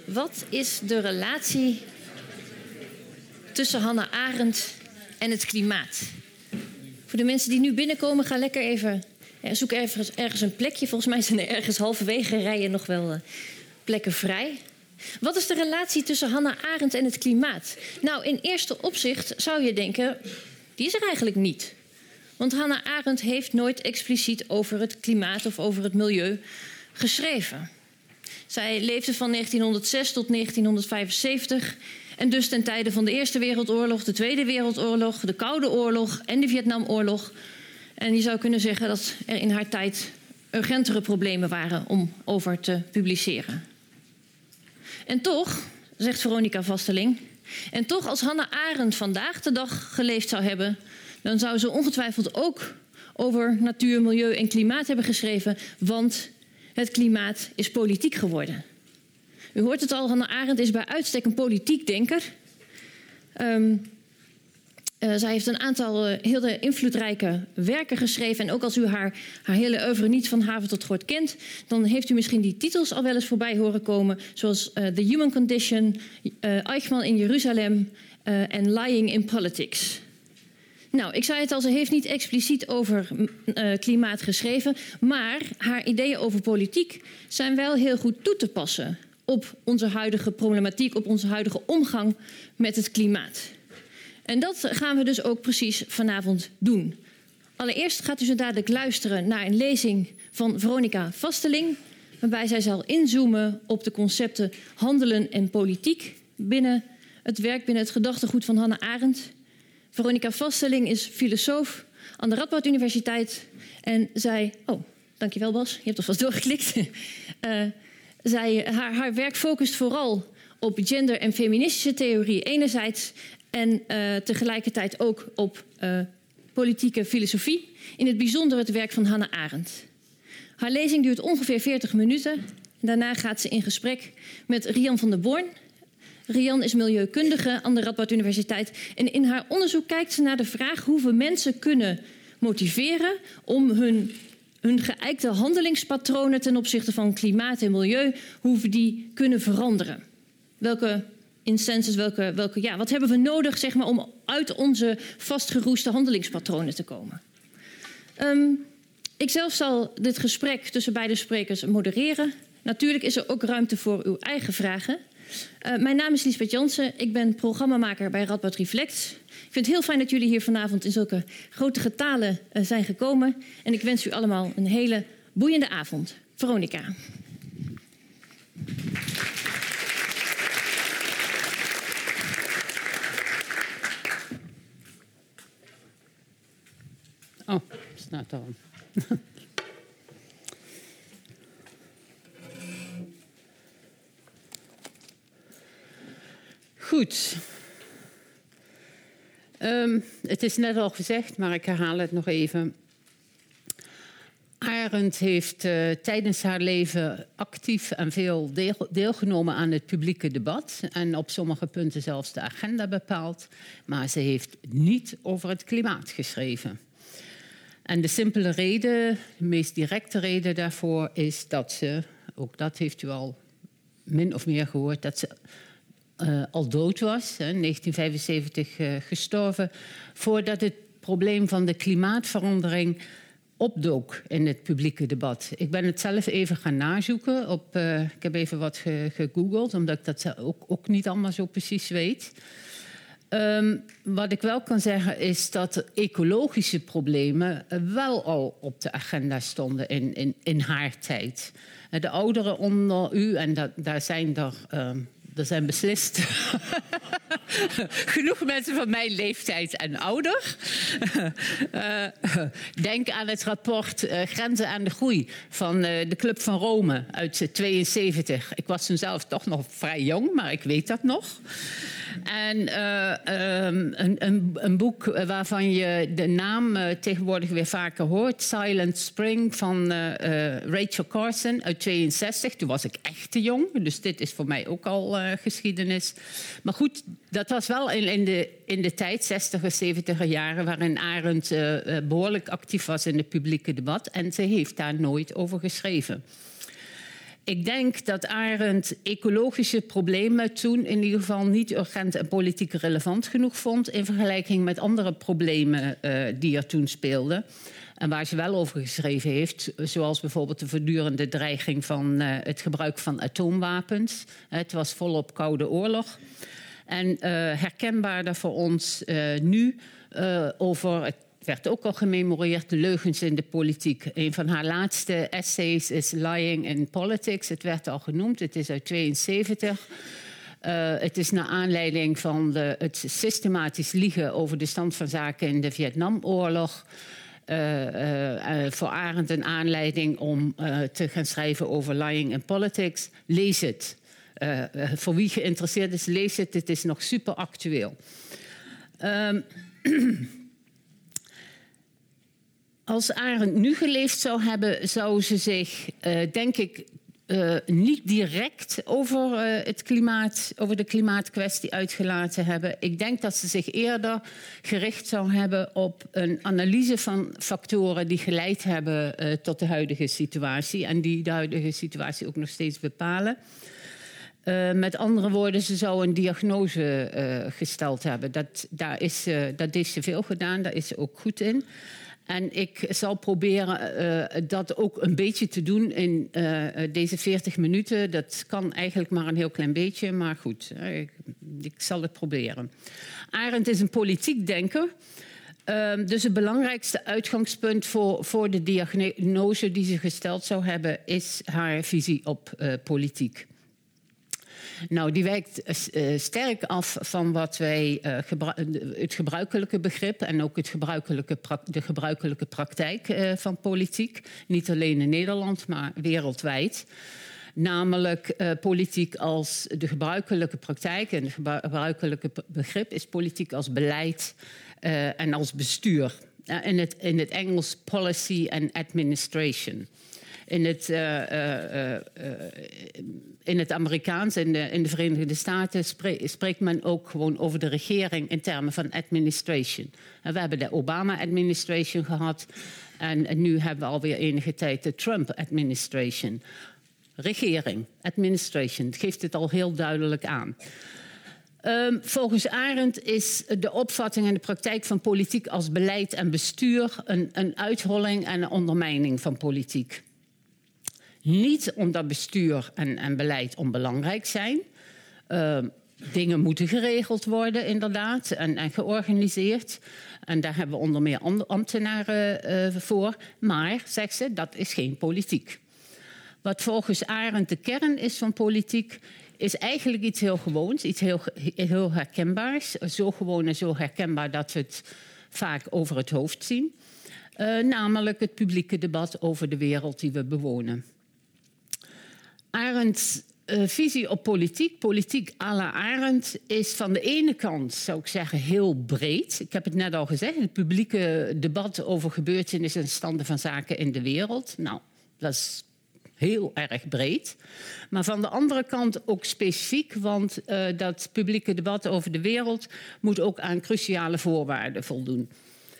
Wat is de relatie tussen Hannah Arendt en het klimaat? Voor de mensen die nu binnenkomen, ga lekker even... zoek ergens een plekje. Volgens mij zijn er ergens halverwege rijen nog wel plekken vrij. Wat is de relatie tussen Hannah Arendt en het klimaat? Nou, in eerste opzicht zou je denken, die is er eigenlijk niet. Want Hannah Arendt heeft nooit expliciet over het klimaat of over het milieu geschreven. Zij leefde van 1906 tot 1975... en dus ten tijde van de Eerste Wereldoorlog, de Tweede Wereldoorlog, de Koude Oorlog en de Vietnamoorlog. En je zou kunnen zeggen dat er in haar tijd urgentere problemen waren om over te publiceren. En toch, zegt Veronica Vasteling, en toch als Hannah Arendt vandaag de dag geleefd zou hebben, dan zou ze ongetwijfeld ook over natuur, milieu en klimaat hebben geschreven, want het klimaat is politiek geworden. U hoort het al, Hannah Arendt is bij uitstek een politiek denker. Zij heeft een aantal hele invloedrijke werken geschreven. En ook als u haar hele oeuvre niet van haven tot gort kent, dan heeft u misschien die titels al wel eens voorbij horen komen. Zoals The Human Condition, Eichmann in Jeruzalem en Lying in Politics. Nou, ik zei het al, ze heeft niet expliciet over klimaat geschreven, maar haar ideeën over politiek zijn wel heel goed toe te passen op onze huidige problematiek, op onze huidige omgang met het klimaat. En dat gaan we dus ook precies vanavond doen. Allereerst gaat u zo dadelijk luisteren naar een lezing van Veronica Vasteling, waarbij zij zal inzoomen op de concepten handelen en politiek binnen het gedachtegoed van Hannah Arendt. Veronica Vasteling is filosoof aan de Radboud Universiteit en zij... Oh, dankjewel Bas, je hebt alvast doorgeklikt. Haar werk focust vooral op gender- en feministische theorie enerzijds en tegelijkertijd ook op politieke filosofie. In het bijzonder het werk van Hannah Arendt. Haar lezing duurt ongeveer 40 minuten. Daarna gaat ze in gesprek met Rian van der Born. Rian is milieukundige aan de Radboud Universiteit. En in haar onderzoek kijkt ze naar de vraag hoe we mensen kunnen motiveren om hun geëikte handelingspatronen ten opzichte van klimaat en milieu, hoe we die kunnen veranderen. Welke instances, wat hebben we nodig zeg maar, om uit onze vastgeroeste handelingspatronen te komen? Ikzelf zal dit gesprek tussen beide sprekers modereren. Natuurlijk is er ook ruimte voor uw eigen vragen. Mijn naam is Liesbeth Jansen. Ik ben programmamaker bij Radboud Reflect. Ik vind het heel fijn dat jullie hier vanavond in zulke grote getalen zijn gekomen. En ik wens u allemaal een hele boeiende avond. Veronica. Oh, staat al. Goed. Het is net al gezegd, maar ik herhaal het nog even. Arendt heeft tijdens haar leven actief en veel deelgenomen aan het publieke debat. En op sommige punten zelfs de agenda bepaald. Maar ze heeft niet over het klimaat geschreven. En de simpele reden, de meest directe reden daarvoor is dat ze, ook dat heeft u al min of meer gehoord, dat ze al dood was, in 1975 gestorven, voordat het probleem van de klimaatverandering opdook in het publieke debat. Ik ben het zelf even gaan nazoeken. Ik heb even wat gegoogeld, omdat ik dat ook niet allemaal zo precies weet. Wat ik wel kan zeggen is dat ecologische problemen wel al op de agenda stonden in haar tijd. De ouderen onder u, en daar zijn er zijn beslist genoeg mensen van mijn leeftijd en ouder. Denk aan het rapport Grenzen aan de Groei van de Club van Rome uit 72. Ik was toen zelf toch nog vrij jong, maar ik weet dat nog. En een boek waarvan je de naam tegenwoordig weer vaker hoort. Silent Spring van Rachel Carson uit 62. Toen was ik echt te jong, dus dit is voor mij ook al geschiedenis. Maar goed, dat was wel in de tijd, 60er, 70er jaren, waarin Arendt behoorlijk actief was in het publieke debat. En ze heeft daar nooit over geschreven. Ik denk dat Arendt ecologische problemen toen in ieder geval niet urgent en politiek relevant genoeg vond in vergelijking met andere problemen die er toen speelden. En waar ze wel over geschreven heeft, zoals bijvoorbeeld de voortdurende dreiging van het gebruik van atoomwapens. Het was volop Koude Oorlog. En herkenbaarder voor ons nu over, het werd ook al gememoreerd, de leugens in de politiek. Een van haar laatste essays is Lying in Politics. Het werd al genoemd, het is uit 1972. Het is naar aanleiding van het systematisch liegen over de stand van zaken in de Vietnamoorlog. Voor Arendt een aanleiding om te gaan schrijven over Lying in Politics. Lees het. Voor wie geïnteresseerd is, lees het. Het is nog super actueel. Als Arendt nu geleefd zou hebben, zou ze zich, denk ik, niet direct over de klimaatkwestie uitgelaten hebben. Ik denk dat ze zich eerder gericht zou hebben op een analyse van factoren die geleid hebben tot de huidige situatie en die de huidige situatie ook nog steeds bepalen. Met andere woorden, ze zou een diagnose gesteld hebben. Dat heeft ze veel gedaan, daar is ze ook goed in. En ik zal proberen dat ook een beetje te doen in deze 40 minuten. Dat kan eigenlijk maar een heel klein beetje, maar goed, ik zal het proberen. Arendt is een politiek denker. Dus het belangrijkste uitgangspunt voor de diagnose die ze gesteld zou hebben, is haar visie op politiek. Nou, die wijkt sterk af van wat wij het gebruikelijke begrip en ook de gebruikelijke praktijk van politiek. Niet alleen in Nederland, maar wereldwijd. Namelijk politiek als de gebruikelijke praktijk en het gebruikelijke begrip is politiek als beleid en als bestuur. In het Engels policy and administration. In het Amerikaans en in de Verenigde Staten spreekt men ook gewoon over de regering in termen van administration. En we hebben de Obama-administration gehad en nu hebben we alweer enige tijd de Trump-administration. Regering, administration, het geeft het al heel duidelijk aan. Volgens Arendt is de opvatting en de praktijk van politiek als beleid en bestuur een uitholling en een ondermijning van politiek. Niet omdat bestuur en beleid onbelangrijk zijn. Dingen moeten geregeld worden, inderdaad, en georganiseerd. En daar hebben we onder meer ambtenaren voor. Maar, zegt ze, dat is geen politiek. Wat volgens Arendt de kern is van politiek, is eigenlijk iets heel gewoons, iets heel herkenbaars. Zo gewoon en zo herkenbaar dat we het vaak over het hoofd zien. Namelijk het publieke debat over de wereld die we bewonen. Arendts visie op politiek à la Arendt, is van de ene kant, zou ik zeggen, heel breed. Ik heb het net al gezegd, het publieke debat over gebeurtenissen en standen van zaken in de wereld. Nou, dat is heel erg breed. Maar van de andere kant ook specifiek, want dat publieke debat over de wereld moet ook aan cruciale voorwaarden voldoen.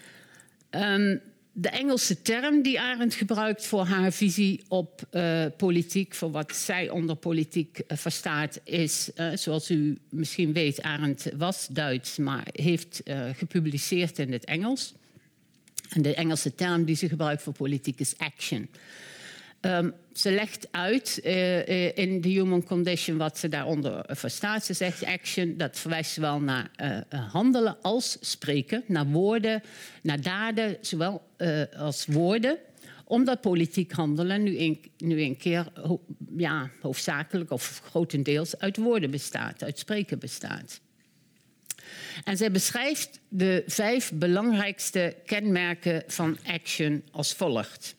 De Engelse term die Arendt gebruikt voor haar visie op politiek, voor wat zij onder politiek verstaat, is, zoals u misschien weet, Arendt was Duits, maar heeft gepubliceerd in het Engels. En de Engelse term die ze gebruikt voor politiek is action. Ze legt uit in The Human Condition wat ze daaronder verstaat. Ze zegt action, dat verwijst zowel naar handelen als spreken, naar woorden, naar daden, zowel als woorden. Omdat politiek handelen nu een keer hoofdzakelijk of grotendeels uit woorden bestaat, uit spreken bestaat. En zij beschrijft de 5 belangrijkste kenmerken van action als volgt.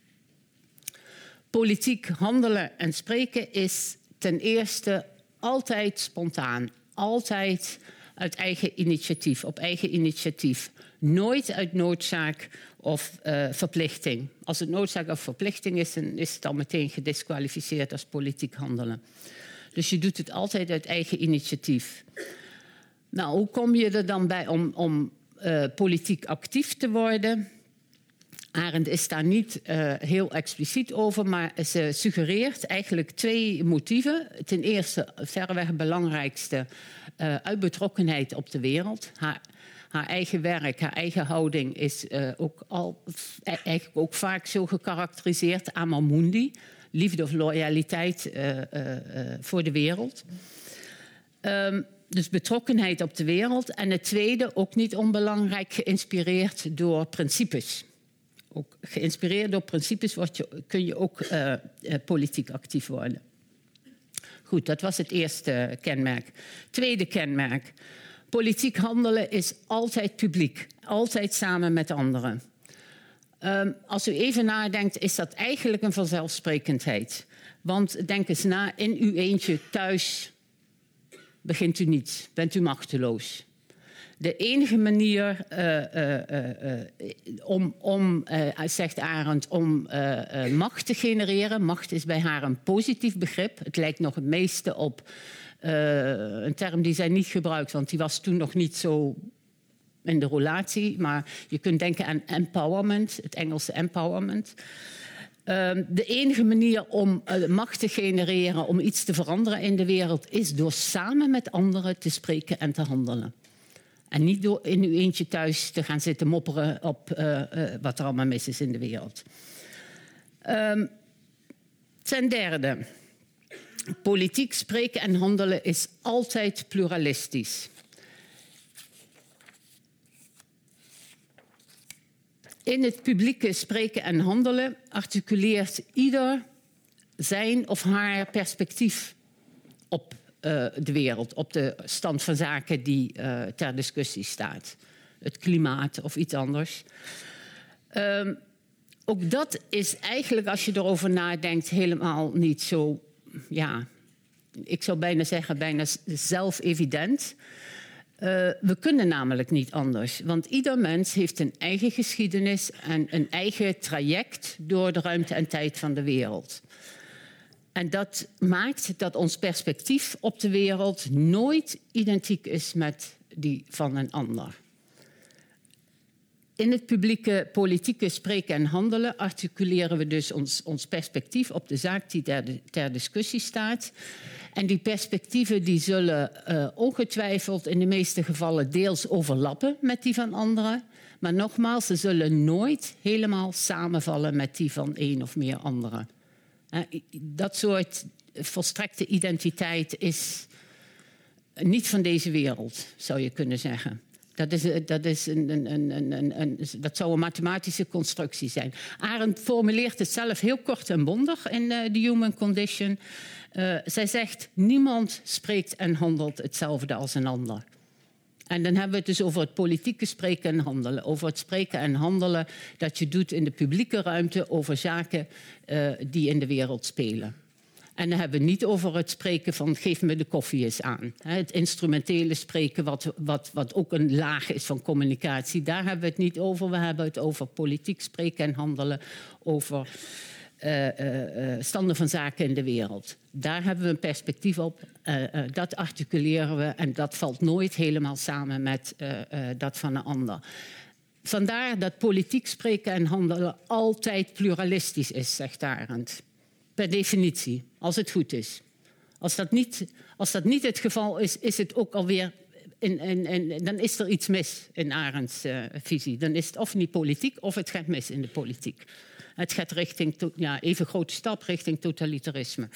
Politiek handelen en spreken is ten eerste altijd spontaan. Altijd uit eigen initiatief, op eigen initiatief. Nooit uit noodzaak of verplichting. Als het noodzaak of verplichting is, dan is het al meteen gedisqualificeerd als politiek handelen. Dus je doet het altijd uit eigen initiatief. Nou, hoe kom je er dan bij om politiek actief te worden? Arendt is daar niet heel expliciet over, maar ze suggereert eigenlijk 2 motieven. Ten eerste, verreweg het belangrijkste, uit betrokkenheid op de wereld. Haar eigen werk, haar eigen houding is eigenlijk ook vaak zo gekarakteriseerd. Amor mundi, liefde of loyaliteit voor de wereld. Dus betrokkenheid op de wereld. En het tweede, ook niet onbelangrijk, geïnspireerd door principes. Ook geïnspireerd door principes kun je ook politiek actief worden. Goed, dat was het eerste kenmerk. Tweede kenmerk. Politiek handelen is altijd publiek. Altijd samen met anderen. Als u even nadenkt, is dat eigenlijk een vanzelfsprekendheid. Want denk eens na, in uw eentje thuis begint u niet. Bent u machteloos. De enige manier zegt Arendt, om macht te genereren. Macht is bij haar een positief begrip. Het lijkt nog het meeste op een term die zij niet gebruikt, want die was toen nog niet zo in de relatie. Maar je kunt denken aan empowerment, het Engelse empowerment. De enige manier om macht te genereren, om iets te veranderen in de wereld, is door samen met anderen te spreken en te handelen. En niet door in uw eentje thuis te gaan zitten mopperen op wat er allemaal mis is in de wereld. Ten derde, politiek spreken en handelen is altijd pluralistisch. In het publieke spreken en handelen articuleert ieder zijn of haar perspectief op de wereld, op de stand van zaken die ter discussie staat. Het klimaat of iets anders. Ook dat is eigenlijk, als je erover nadenkt, helemaal niet zo, ja, ik zou bijna zeggen, bijna zelfevident. We kunnen namelijk niet anders. Want ieder mens heeft een eigen geschiedenis en een eigen traject door de ruimte en tijd van de wereld. En dat maakt dat ons perspectief op de wereld nooit identiek is met die van een ander. In het publieke politieke spreken en handelen articuleren we dus ons perspectief op de zaak die ter discussie staat. En die perspectieven die zullen ongetwijfeld in de meeste gevallen deels overlappen met die van anderen. Maar nogmaals, ze zullen nooit helemaal samenvallen met die van één of meer anderen. Dat soort volstrekte identiteit is niet van deze wereld, zou je kunnen zeggen. Dat zou een mathematische constructie zijn. Arendt formuleert het zelf heel kort en bondig in The Human Condition. Zij zegt, niemand spreekt en handelt hetzelfde als een ander. En dan hebben we het dus over het politieke spreken en handelen. Over het spreken en handelen dat je doet in de publieke ruimte over zaken die in de wereld spelen. En dan hebben we het niet over het spreken van geef me de koffie eens aan. Het instrumentele spreken wat ook een laag is van communicatie. Daar hebben we het niet over. We hebben het over politiek spreken en handelen. Over standen van zaken in de wereld. Daar hebben we een perspectief op. Dat articuleren we en dat valt nooit helemaal samen met dat van een ander. Vandaar dat politiek spreken en handelen altijd pluralistisch is, zegt Arendt. Per definitie, als het goed is. Als dat niet het geval is, is het ook alweer dan is er iets mis in Arendts visie. Dan is het of niet politiek of het gaat mis in de politiek. Het gaat richting, even grote stap richting totalitarisme.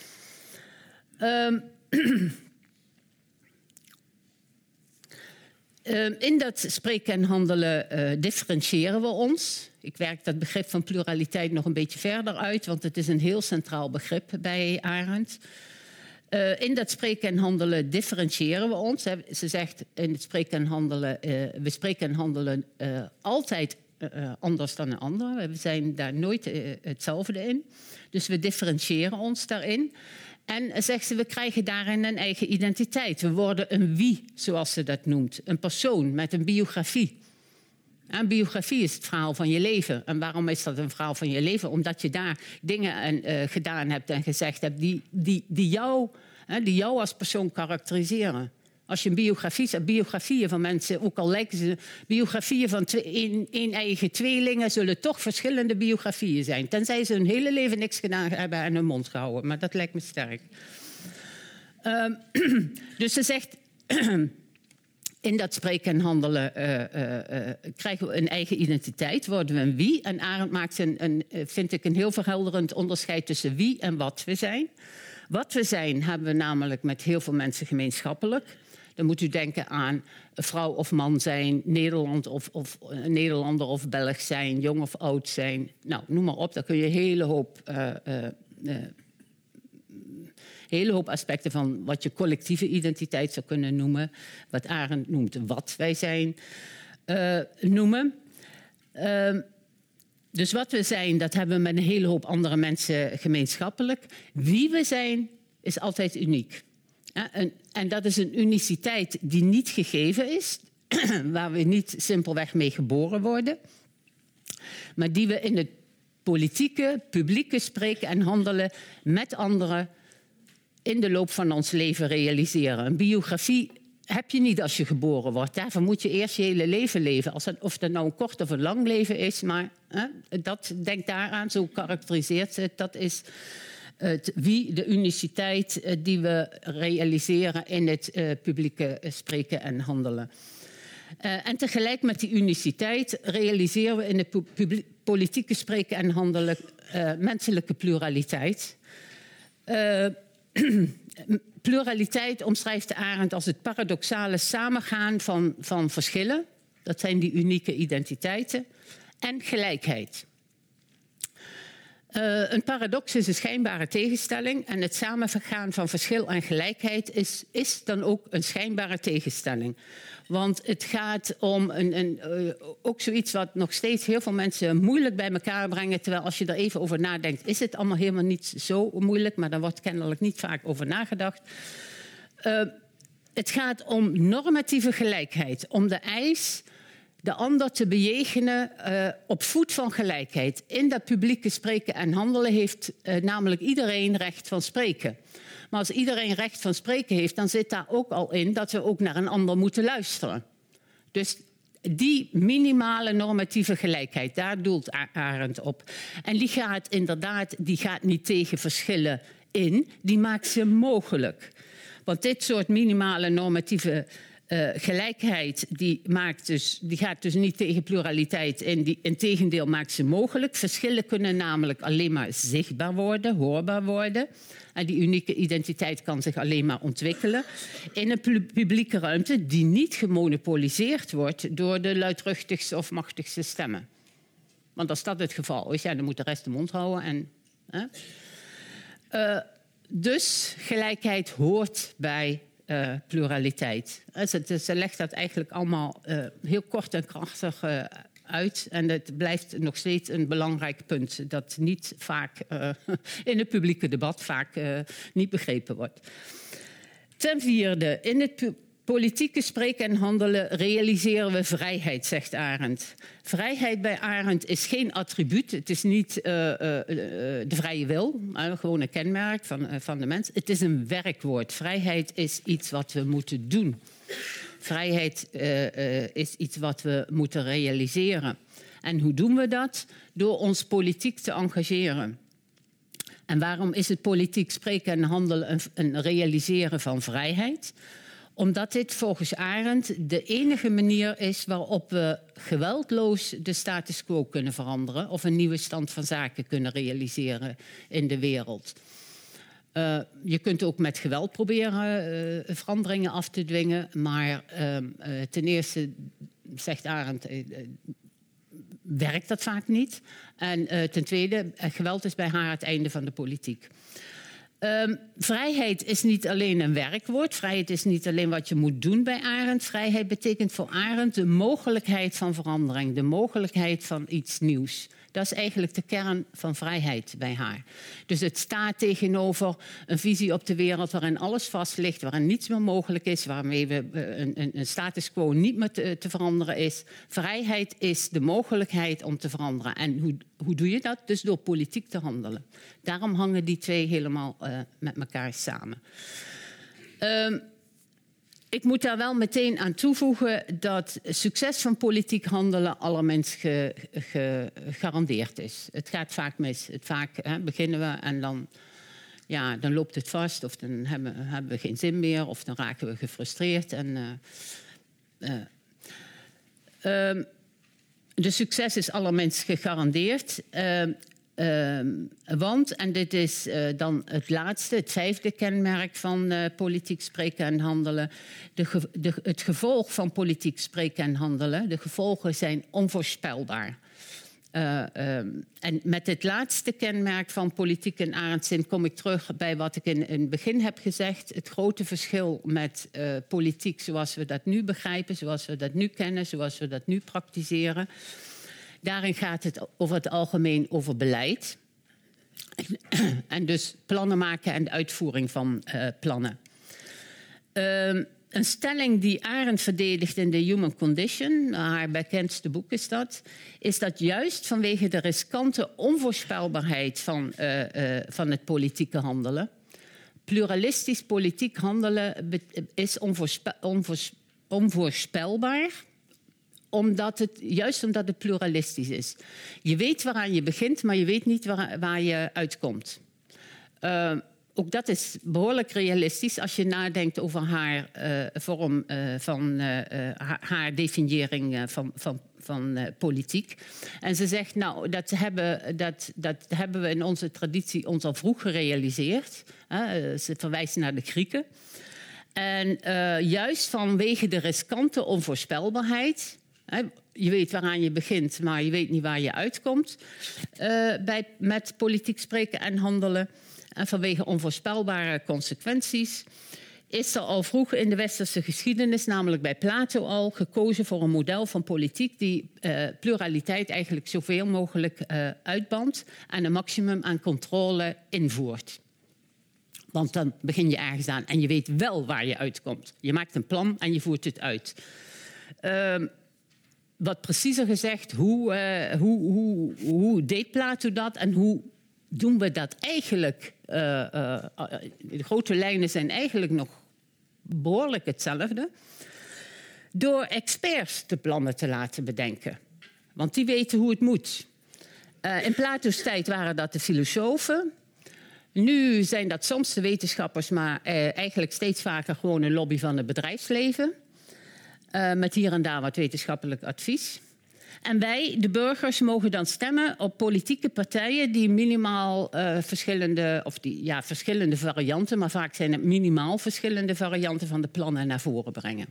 In dat spreken en handelen differentiëren we ons. Ik werk dat begrip van pluraliteit nog een beetje verder uit, want het is een heel centraal begrip bij Arendt. In dat spreken en handelen differentiëren we ons. Ze zegt in het spreken en handelen, we spreken en handelen altijd anders dan een ander. We zijn daar nooit hetzelfde in. Dus we differentiëren ons daarin. En zegt ze, we krijgen daarin een eigen identiteit. We worden een wie, zoals ze dat noemt. Een persoon met een biografie. Een biografie is het verhaal van je leven. En waarom is dat een verhaal van je leven? Omdat je daar dingen gedaan hebt en gezegd hebt die jou als persoon karakteriseren. Als je een biografie zegt, biografieën van mensen, ook al lijken ze biografieën van één eigen tweelingen, zullen toch verschillende biografieën zijn. Tenzij ze hun hele leven niks gedaan hebben en hun mond gehouden. Maar dat lijkt me sterk. Dus ze zegt, in dat spreken en handelen krijgen we een eigen identiteit, worden we een wie. En Arendt maakt vind ik een heel verhelderend onderscheid tussen wie en wat we zijn. Wat we zijn hebben we namelijk met heel veel mensen gemeenschappelijk. Dan moet u denken aan vrouw of man zijn, Nederlander of Belg zijn, jong of oud zijn. Nou, noem maar op, daar kun je een hele hoop aspecten van wat je collectieve identiteit zou kunnen noemen. Wat Arendt noemt wat wij zijn, noemen. Dus wat we zijn, dat hebben we met een hele hoop andere mensen gemeenschappelijk. Wie we zijn, is altijd uniek. En dat is een uniciteit die niet gegeven is, waar we niet simpelweg mee geboren worden, maar die we in het publieke spreken en handelen met anderen in de loop van ons leven realiseren. Een biografie heb je niet als je geboren wordt. Daarvoor moet je eerst je hele leven leven. Of dat nou een kort of een lang leven is, maar denk daaraan, zo karakteriseert ze het. Dat is de uniciteit die we realiseren in het publieke spreken en handelen. En tegelijk met die uniciteit realiseren we in het politieke spreken en handelen menselijke pluraliteit. Pluraliteit omschrijft Arendt als het paradoxale samengaan van verschillen. Dat zijn die unieke identiteiten. En gelijkheid. Een paradox is een schijnbare tegenstelling. En het samengaan van verschil en gelijkheid is dan ook een schijnbare tegenstelling. Want het gaat om ook zoiets wat nog steeds heel veel mensen moeilijk bij elkaar brengen. Terwijl als je er even over nadenkt, is het allemaal helemaal niet zo moeilijk. Maar daar wordt kennelijk niet vaak over nagedacht. Het gaat om normatieve gelijkheid. Om de eis de ander te bejegenen op voet van gelijkheid. In dat publieke spreken en handelen heeft namelijk iedereen recht van spreken. Maar als iedereen recht van spreken heeft, dan zit daar ook al in dat we ook naar een ander moeten luisteren. Dus die minimale normatieve gelijkheid, daar doelt Arendt op. En die gaat niet tegen verschillen in, die maakt ze mogelijk. Want dit soort minimale normatieve gelijkheid die gaat dus niet tegen pluraliteit in. Integendeel maakt ze mogelijk. Verschillen kunnen namelijk alleen maar zichtbaar worden, hoorbaar worden. En die unieke identiteit kan zich alleen maar ontwikkelen in een publieke ruimte die niet gemonopoliseerd wordt door de luidruchtigste of machtigste stemmen. Want als dat het geval is, dan moet de rest de mond houden. Dus gelijkheid hoort bij pluraliteit. Ze legt dat eigenlijk allemaal heel kort en krachtig uit. En het blijft nog steeds een belangrijk punt dat niet vaak in het publieke debat niet begrepen wordt. Ten vierde, in het politieke spreken en handelen realiseren we vrijheid, zegt Arendt. Vrijheid bij Arendt is geen attribuut. Het is niet de vrije wil, maar gewoon een kenmerk van de mens. Het is een werkwoord. Vrijheid is iets wat we moeten doen. Vrijheid is iets wat we moeten realiseren. En hoe doen we dat? Door ons politiek te engageren. En waarom is het politiek spreken en handelen een realiseren van vrijheid? Omdat dit volgens Arendt de enige manier is waarop we geweldloos de status quo kunnen veranderen of een nieuwe stand van zaken kunnen realiseren in de wereld. Je kunt ook met geweld proberen veranderingen af te dwingen, maar ten eerste, zegt Arendt, werkt dat vaak niet. En ten tweede, geweld is bij haar het einde van de politiek. Vrijheid is niet alleen een werkwoord. Vrijheid is niet alleen wat je moet doen bij Arendt. Vrijheid betekent voor Arendt de mogelijkheid van verandering. De mogelijkheid van iets nieuws. Dat is eigenlijk de kern van vrijheid bij haar. Dus het staat tegenover een visie op de wereld waarin alles vast ligt, waarin niets meer mogelijk is, waarmee we een status quo niet meer te veranderen is. Vrijheid is de mogelijkheid om te veranderen. En hoe doe je dat? Dus door politiek te handelen. Daarom hangen die twee helemaal met elkaar samen. Ik moet daar wel meteen aan toevoegen dat succes van politiek handelen allerminst gegarandeerd is. Het gaat vaak mis. Vaak beginnen we en dan loopt het vast, of dan hebben we geen zin meer, of dan raken we gefrustreerd. De succes is allerminst gegarandeerd. Want, en dit is dan het laatste, het 5e kenmerk van politiek spreken en handelen. Het gevolg van politiek spreken en handelen, de gevolgen zijn onvoorspelbaar. En met dit laatste kenmerk van politiek in Arendtzin kom ik terug bij wat ik in het begin heb gezegd. Het grote verschil met politiek zoals we dat nu begrijpen, zoals we dat nu kennen, zoals we dat nu praktiseren. Daarin gaat het over het algemeen over beleid. En dus plannen maken en de uitvoering van plannen. Een stelling die Arendt verdedigt in The Human Condition, haar bekendste boek is dat juist vanwege de riskante onvoorspelbaarheid van het politieke handelen. Pluralistisch politiek handelen is onvoorspelbaar. Omdat het pluralistisch is. Je weet waaraan je begint, maar je weet niet waar je uitkomt. Ook dat is behoorlijk realistisch als je nadenkt over haar vorm van haar definiëring van politiek. En ze zegt, nou, dat hebben we in onze traditie ons al vroeg gerealiseerd. Ze verwijst naar de Grieken. En juist vanwege de riskante onvoorspelbaarheid. Je weet waaraan je begint, maar je weet niet waar je uitkomt. Met politiek spreken en handelen. En vanwege onvoorspelbare consequenties is er al vroeg in de westerse geschiedenis, namelijk bij Plato al, gekozen voor een model van politiek die pluraliteit eigenlijk zoveel mogelijk uitbandt en een maximum aan controle invoert. Want dan begin je ergens aan en je weet wel waar je uitkomt. Je maakt een plan en je voert het uit. Wat preciezer gezegd, hoe deed Plato dat en hoe doen we dat eigenlijk? De grote lijnen zijn eigenlijk nog behoorlijk hetzelfde. Door experts de plannen te laten bedenken. Want die weten hoe het moet. In Plato's tijd waren dat de filosofen. Nu zijn dat soms de wetenschappers, maar eigenlijk steeds vaker gewoon een lobby van het bedrijfsleven. Met hier en daar wat wetenschappelijk advies. En wij, de burgers, mogen dan stemmen op politieke partijen die minimaal verschillende varianten, maar vaak zijn het minimaal verschillende varianten van de plannen naar voren brengen.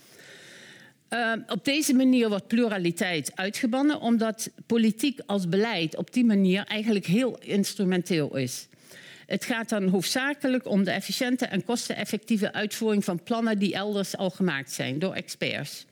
Op deze manier wordt pluraliteit uitgebannen, omdat politiek als beleid op die manier eigenlijk heel instrumenteel is. Het gaat dan hoofdzakelijk om de efficiënte en kosteneffectieve uitvoering van plannen die elders al gemaakt zijn door experts.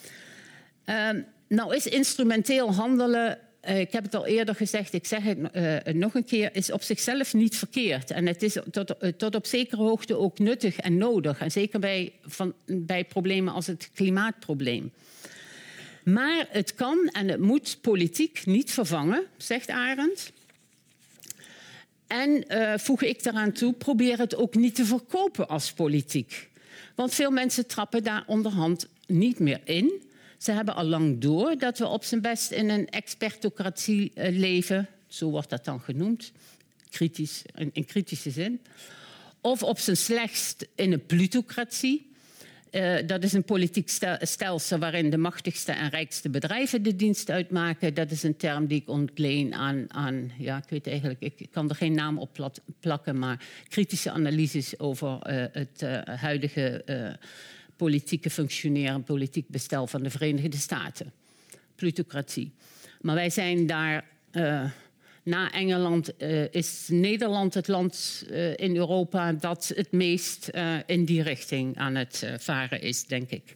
Nou is instrumenteel handelen, ik heb het al eerder gezegd, ik zeg het nog een keer, is op zichzelf niet verkeerd. En het is tot op zekere hoogte ook nuttig en nodig. En zeker bij problemen als het klimaatprobleem. Maar het kan en het moet politiek niet vervangen, zegt Arendt. En voeg ik daaraan toe, probeer het ook niet te verkopen als politiek. Want veel mensen trappen daar onderhand niet meer in. Ze hebben al lang door dat we op zijn best in een expertocratie leven. Zo wordt dat dan genoemd. Kritisch, in kritische zin. Of op zijn slechtst in een plutocratie. Dat is een politiek stelsel waarin de machtigste en rijkste bedrijven de dienst uitmaken. Dat is een term die ik ontleen aan ja, ik weet eigenlijk, ik kan er geen naam op plakken, maar kritische analyses over het huidige politieke functioneren, politiek bestel van de Verenigde Staten. Plutocratie. Maar wij zijn daar, na Engeland is Nederland het land in Europa dat het meest in die richting aan het varen is, denk ik.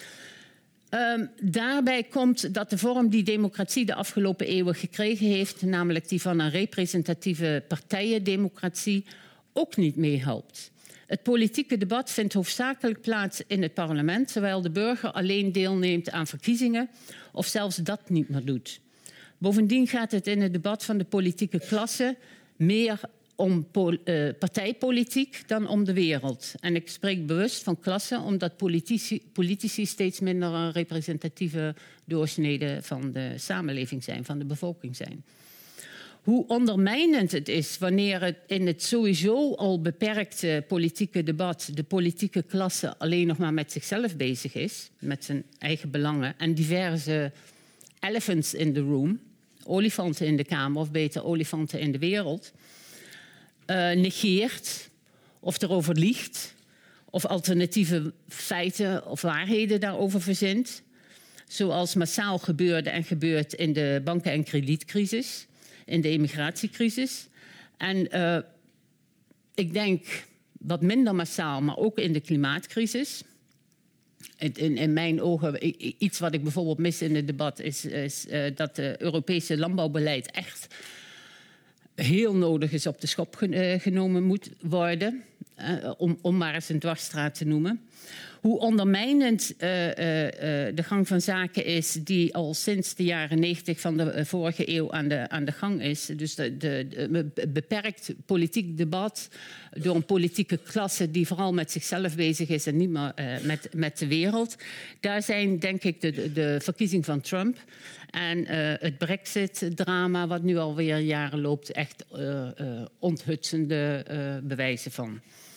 Daarbij komt dat de vorm die democratie de afgelopen eeuwen gekregen heeft, namelijk die van een representatieve partijendemocratie, ook niet meehelpt. Het politieke debat vindt hoofdzakelijk plaats in het parlement, terwijl de burger alleen deelneemt aan verkiezingen of zelfs dat niet meer doet. Bovendien gaat het in het debat van de politieke klasse meer om partijpolitiek dan om de wereld. En ik spreek bewust van klasse, omdat politici steeds minder een representatieve doorsnede van de samenleving zijn, van de bevolking zijn. Hoe ondermijnend het is wanneer het in het sowieso al beperkte politieke debat de politieke klasse alleen nog maar met zichzelf bezig is, met zijn eigen belangen en diverse elephants in the room, olifanten in de kamer of beter olifanten in de wereld, negeert of erover liegt of alternatieve feiten of waarheden daarover verzint, zoals massaal gebeurde en gebeurt in de banken- en kredietcrisis, in de immigratiecrisis. En ik denk wat minder massaal, maar ook in de klimaatcrisis. In mijn ogen, iets wat ik bijvoorbeeld mis in het debat is dat het Europese landbouwbeleid echt heel nodig is op de schop genomen moet worden. Om maar eens een dwarsstraat te noemen. Hoe ondermijnend de gang van zaken is die al sinds de jaren 90 van de vorige eeuw aan de gang is. Dus de beperkt politiek debat door een politieke klasse die vooral met zichzelf bezig is en niet meer met de wereld. Daar zijn denk ik de verkiezing van Trump en het Brexit-drama wat nu alweer jaren loopt echt onthutsende bewijzen van.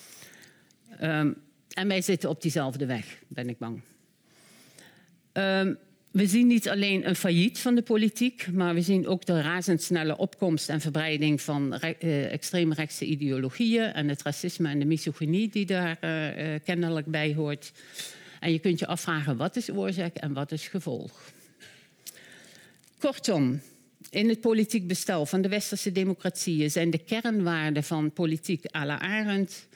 En wij zitten op diezelfde weg, ben ik bang. We zien niet alleen een failliet van de politiek, maar we zien ook de razendsnelle opkomst en verbreiding van extreemrechtse ideologieën en het racisme en de misogynie die daar kennelijk bij hoort. En je kunt je afvragen wat is oorzaak en wat is gevolg. Kortom, in het politiek bestel van de westerse democratieën zijn de kernwaarden van politiek à la Arendt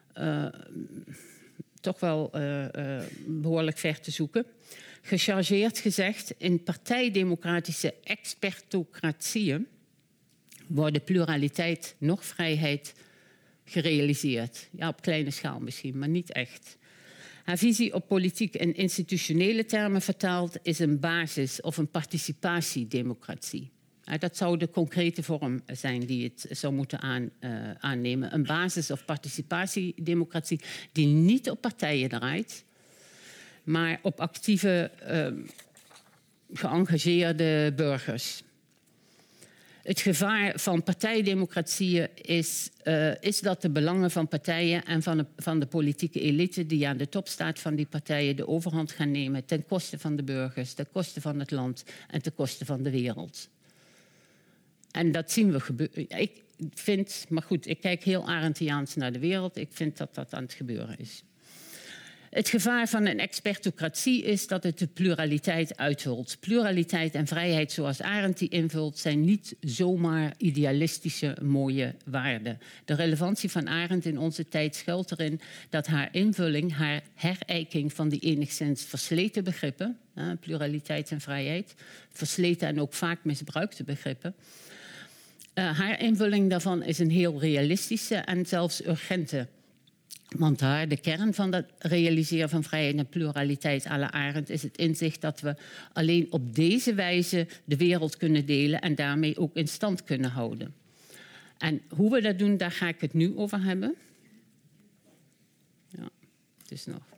toch wel behoorlijk ver te zoeken. Gechargeerd gezegd, in partijdemocratische expertocratieën worden pluraliteit nog vrijheid gerealiseerd. Ja, op kleine schaal misschien, maar niet echt. Haar visie op politiek in institutionele termen vertaald is een basis- of een participatiedemocratie. Dat zou de concrete vorm zijn die het zou moeten aannemen. Een basis- of participatiedemocratie die niet op partijen draait, maar op actieve, geëngageerde burgers. Het gevaar van partijdemocratieën is dat de belangen van partijen en van de politieke elite die aan de top staat van die partijen de overhand gaan nemen ten koste van de burgers, ten koste van het land en ten koste van de wereld. En dat zien we gebeuren. Ik vind, maar goed, ik kijk heel Arendtiaans naar de wereld. Ik vind dat dat aan het gebeuren is. Het gevaar van een expertocratie is dat het de pluraliteit uithult. Pluraliteit en vrijheid zoals Arendt die invult zijn niet zomaar idealistische mooie waarden. De relevantie van Arendt in onze tijd schuilt erin dat haar invulling, haar herijking van die enigszins versleten begrippen, pluraliteit en vrijheid, versleten en ook vaak misbruikte begrippen, haar invulling daarvan is een heel realistische en zelfs urgente. Want de kern van dat realiseren van vrijheid en pluraliteit à la Arendt is het inzicht dat we alleen op deze wijze de wereld kunnen delen en daarmee ook in stand kunnen houden. En hoe we dat doen, daar ga ik het nu over hebben. Ja, het is nog.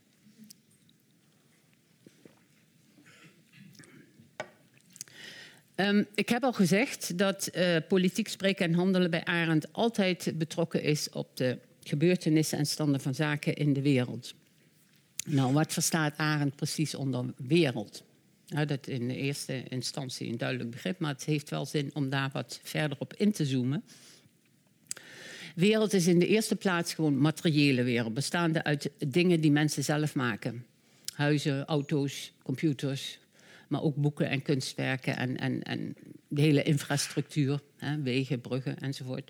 Ik heb al gezegd dat politiek spreken en handelen bij Arendt altijd betrokken is op de gebeurtenissen en standen van zaken in de wereld. Nou, wat verstaat Arendt precies onder wereld? Nou, dat is in de eerste instantie een duidelijk begrip, maar het heeft wel zin om daar wat verder op in te zoomen. Wereld is in de eerste plaats gewoon materiële wereld, bestaande uit dingen die mensen zelf maken. Huizen, auto's, computers, maar ook boeken en kunstwerken en de hele infrastructuur, wegen, bruggen enzovoort.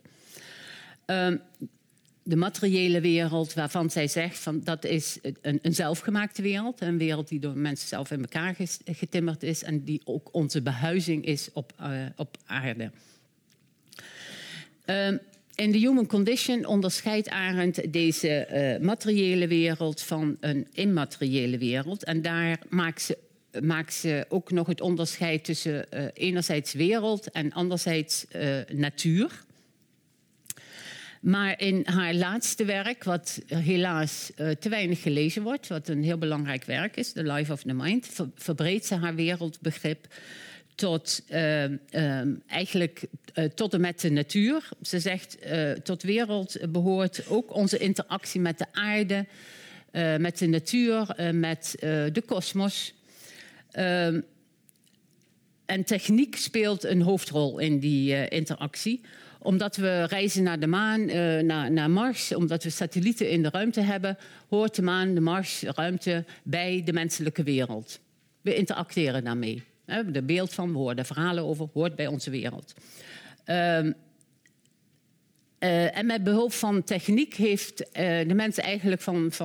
De materiële wereld waarvan zij zegt van dat is een zelfgemaakte wereld. Een wereld die door mensen zelf in elkaar getimmerd is en die ook onze behuizing is op aarde. In The Human Condition onderscheidt Arendt deze materiële wereld van een immateriële wereld. En daar maakt ze ook nog het onderscheid tussen enerzijds wereld en anderzijds natuur. Maar in haar laatste werk, wat helaas te weinig gelezen wordt, wat een heel belangrijk werk is, The Life of the Mind, verbreedt ze haar wereldbegrip tot eigenlijk tot en met de natuur. Ze zegt, tot wereld behoort ook onze interactie met de aarde, met de natuur, met de kosmos. En techniek speelt een hoofdrol in die interactie. Omdat we reizen naar de maan, naar Mars, omdat we satellieten in de ruimte hebben, hoort de maan, de Mars, de ruimte bij de menselijke wereld. We interacteren daarmee. We hebben er beeld van, we horen er verhalen over, hoort bij onze wereld. En met behulp van techniek heeft de mens eigenlijk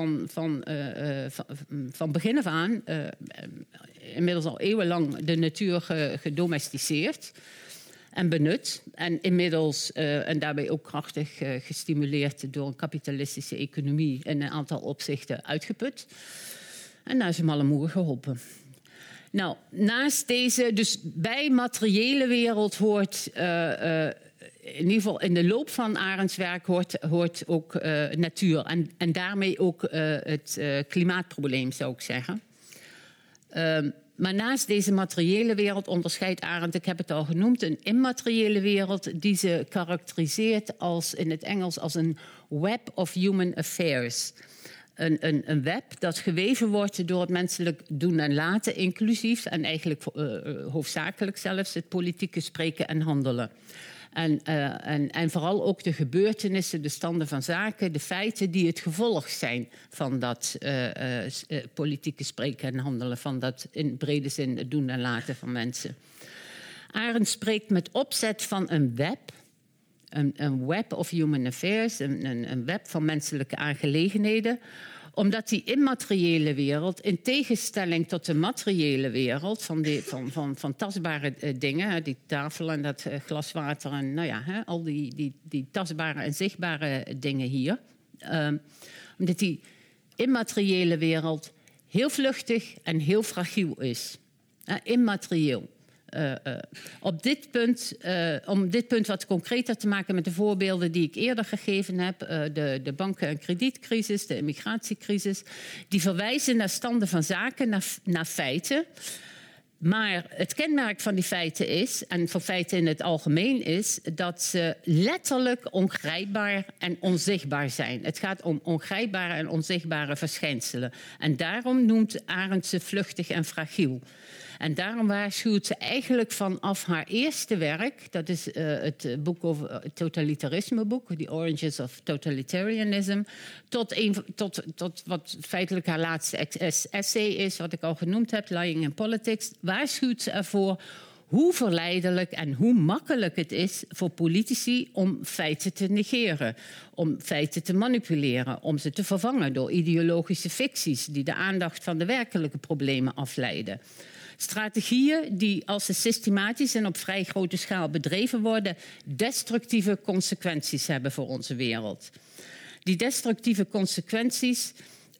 van begin af aan, inmiddels al eeuwenlang, de natuur gedomesticeerd en benut. En inmiddels, en daarbij ook krachtig gestimuleerd door een kapitalistische economie in een aantal opzichten uitgeput. En daar is hem allemaal geholpen. Nou, naast deze, dus bij materiële wereld hoort, in ieder geval in de loop van Arendts werk, hoort ook natuur. En daarmee ook het klimaatprobleem, zou ik zeggen. Maar naast deze materiële wereld onderscheidt Arendt, ik heb het al genoemd, een immateriële wereld die ze karakteriseert als, in het Engels als een web of human affairs. Een web dat geweven wordt door het menselijk doen en laten, inclusief en eigenlijk hoofdzakelijk zelfs het politieke spreken en handelen. En vooral ook de gebeurtenissen, de standen van zaken, de feiten die het gevolg zijn van dat politieke spreken en handelen, van dat in brede zin het doen en laten van mensen. Arendt spreekt met opzet van een web, een web of human affairs, een web van menselijke aangelegenheden, omdat die immateriële wereld, in tegenstelling tot de materiële wereld van tastbare dingen, die tafel en dat glas water en nou ja, al die tastbare en zichtbare dingen hier, omdat die immateriële wereld heel vluchtig en heel fragiel is. Immaterieel. Op dit punt, om dit punt wat concreter te maken met de voorbeelden die ik eerder gegeven heb, de banken- en kredietcrisis, de immigratiecrisis, die verwijzen naar standen van zaken, naar feiten. Maar het kenmerk van die feiten is, en van feiten in het algemeen is, dat ze letterlijk ongrijpbaar en onzichtbaar zijn. Het gaat om ongrijpbare en onzichtbare verschijnselen. En daarom noemt Arendt ze vluchtig en fragiel. En daarom waarschuwt ze eigenlijk vanaf haar eerste werk, dat is het boek over het totalitarismeboek, The Origins of Totalitarianism, tot wat feitelijk haar laatste essay is, wat ik al genoemd heb, Lying in Politics, waarschuwt ze ervoor hoe verleidelijk en hoe makkelijk het is voor politici om feiten te negeren, om feiten te manipuleren, om ze te vervangen door ideologische ficties die de aandacht van de werkelijke problemen afleiden. Strategieën die, als ze systematisch en op vrij grote schaal bedreven worden, destructieve consequenties hebben voor onze wereld. Die destructieve consequenties,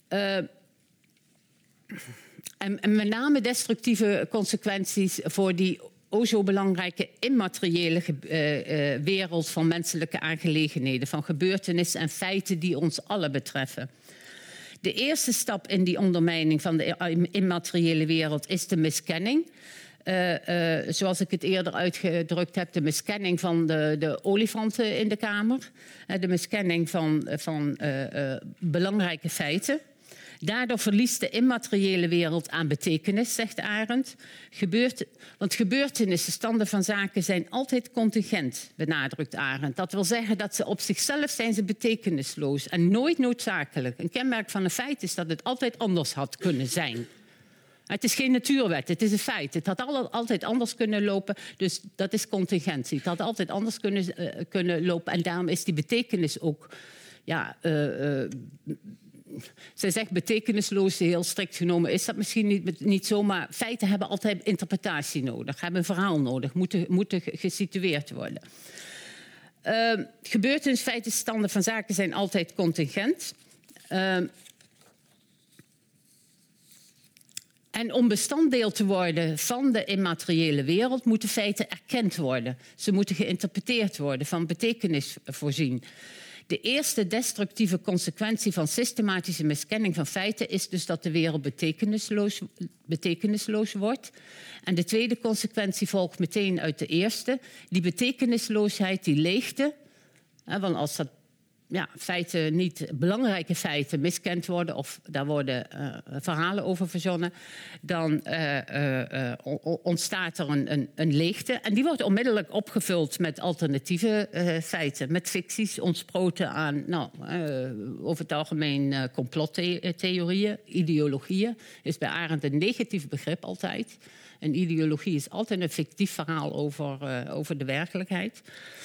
en met name destructieve consequenties voor die zo belangrijke immateriële wereld van menselijke aangelegenheden, van gebeurtenissen en feiten die ons allen betreffen. De eerste stap in die ondermijning van de immateriële wereld is de miskenning. Zoals ik het eerder uitgedrukt heb, de miskenning van de olifanten in de Kamer. De miskenning van belangrijke feiten. Daardoor verliest de immateriële wereld aan betekenis, zegt Arendt. Want gebeurtenissen, standen van zaken zijn altijd contingent, benadrukt Arendt. Dat wil zeggen dat ze op zichzelf zijn ze betekenisloos en nooit noodzakelijk. Een kenmerk van een feit is dat het altijd anders had kunnen zijn. Het is geen natuurwet, het is een feit. Het had altijd anders kunnen lopen, dus dat is contingentie. Het had altijd anders kunnen lopen en daarom is die betekenis ook... Ja, zij zegt betekenisloos, heel strikt genomen is dat misschien niet zo, maar feiten hebben altijd interpretatie nodig, hebben een verhaal nodig, moeten gesitueerd worden. Gebeurtenisfeiten, standen van zaken zijn altijd contingent. En om bestanddeel te worden van de immateriële wereld moeten feiten erkend worden. Ze moeten geïnterpreteerd worden, van betekenis voorzien. De eerste destructieve consequentie van systematische miskenning van feiten is dus dat de wereld betekenisloos wordt. En de tweede consequentie volgt meteen uit de eerste. Die betekenisloosheid, die leegte, want als dat feiten niet, belangrijke feiten miskend worden of daar worden verhalen over verzonnen, dan ontstaat er een leegte. En die wordt onmiddellijk opgevuld met alternatieve feiten, met ficties ontsproten aan, over het algemeen complottheorieën, ideologieën. Is bij Arendt een negatief begrip altijd. Een ideologie is altijd een fictief verhaal over de werkelijkheid.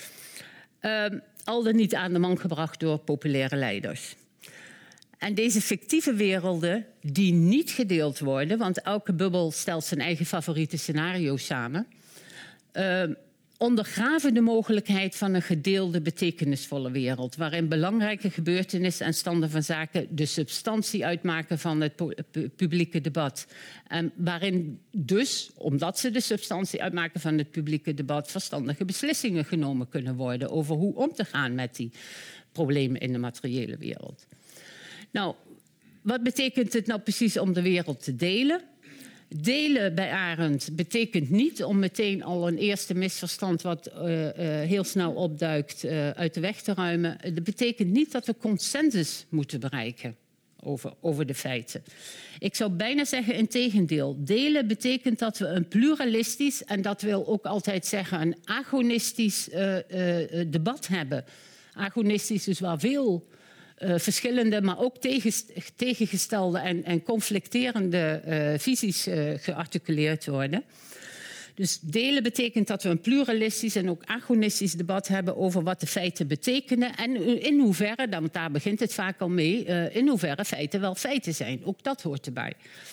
Al dan niet aan de man gebracht door populaire leiders. En deze fictieve werelden die niet gedeeld worden, want elke bubbel stelt zijn eigen favoriete scenario's samen, ondergraven de mogelijkheid van een gedeelde betekenisvolle wereld, waarin belangrijke gebeurtenissen en standen van zaken de substantie uitmaken van het publieke debat. En waarin dus, omdat ze de substantie uitmaken van het publieke debat, verstandige beslissingen genomen kunnen worden over hoe om te gaan met die problemen in de materiële wereld. Nou, wat betekent het nou precies om de wereld te delen? Delen bij Arendt betekent niet om meteen al een eerste misverstand wat heel snel opduikt uit de weg te ruimen. Het betekent niet dat we consensus moeten bereiken over de feiten. Ik zou bijna zeggen integendeel. Delen betekent dat we een pluralistisch, en dat wil ook altijd zeggen een agonistisch debat hebben. Agonistisch dus waar veel verschillende, maar ook tegengestelde en conflicterende visies gearticuleerd worden. Dus delen betekent dat we een pluralistisch en ook agonistisch debat hebben over wat de feiten betekenen en in hoeverre, want daar begint het vaak al mee, in hoeverre feiten wel feiten zijn. Ook dat hoort erbij.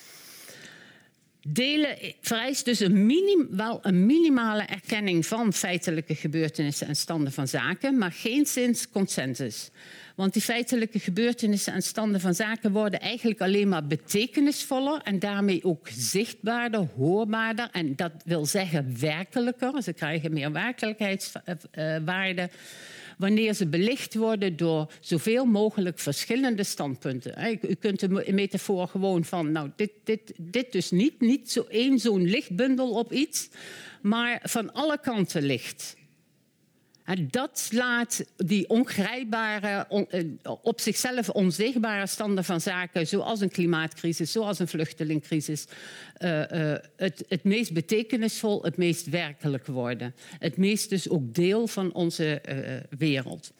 Delen vereist dus wel een minimale erkenning van feitelijke gebeurtenissen en standen van zaken, maar geenszins consensus. Want die feitelijke gebeurtenissen en standen van zaken worden eigenlijk alleen maar betekenisvoller en daarmee ook zichtbaarder, hoorbaarder en dat wil zeggen werkelijker. Ze krijgen meer werkelijkheidswaarde wanneer ze belicht worden door zoveel mogelijk verschillende standpunten. U kunt de metafoor gewoon van, dit dus niet zo'n lichtbundel op iets, maar van alle kanten licht. En dat laat die ongrijpbare, op zichzelf onzichtbare standen van zaken, zoals een klimaatcrisis, zoals een vluchtelingencrisis, het meest betekenisvol, het meest werkelijk worden. Het meest dus ook deel van onze wereld.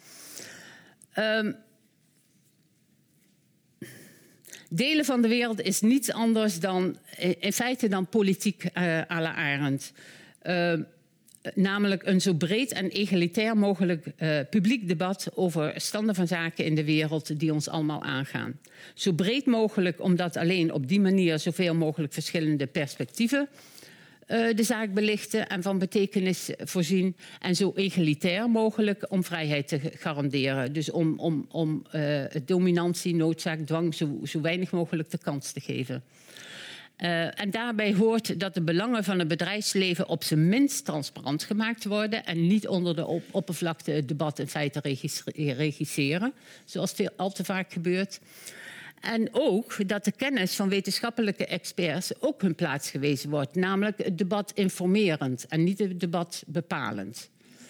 Delen van de wereld is niets anders dan, in feite dan politiek à la Arendt. Namelijk een zo breed en egalitair mogelijk publiek debat over standen van zaken in de wereld die ons allemaal aangaan. Zo breed mogelijk omdat alleen op die manier zoveel mogelijk verschillende perspectieven de zaak belichten en van betekenis voorzien. En zo egalitair mogelijk om vrijheid te garanderen. Dus om dominantie, noodzaak, dwang zo weinig mogelijk de kans te geven. En daarbij hoort dat de belangen van het bedrijfsleven op zijn minst transparant gemaakt worden en niet onder de oppervlakte het debat in feite regisseren, zoals het al te vaak gebeurt. En ook dat de kennis van wetenschappelijke experts ook hun plaats gewezen wordt, namelijk het debat informerend en niet het debat bepalend.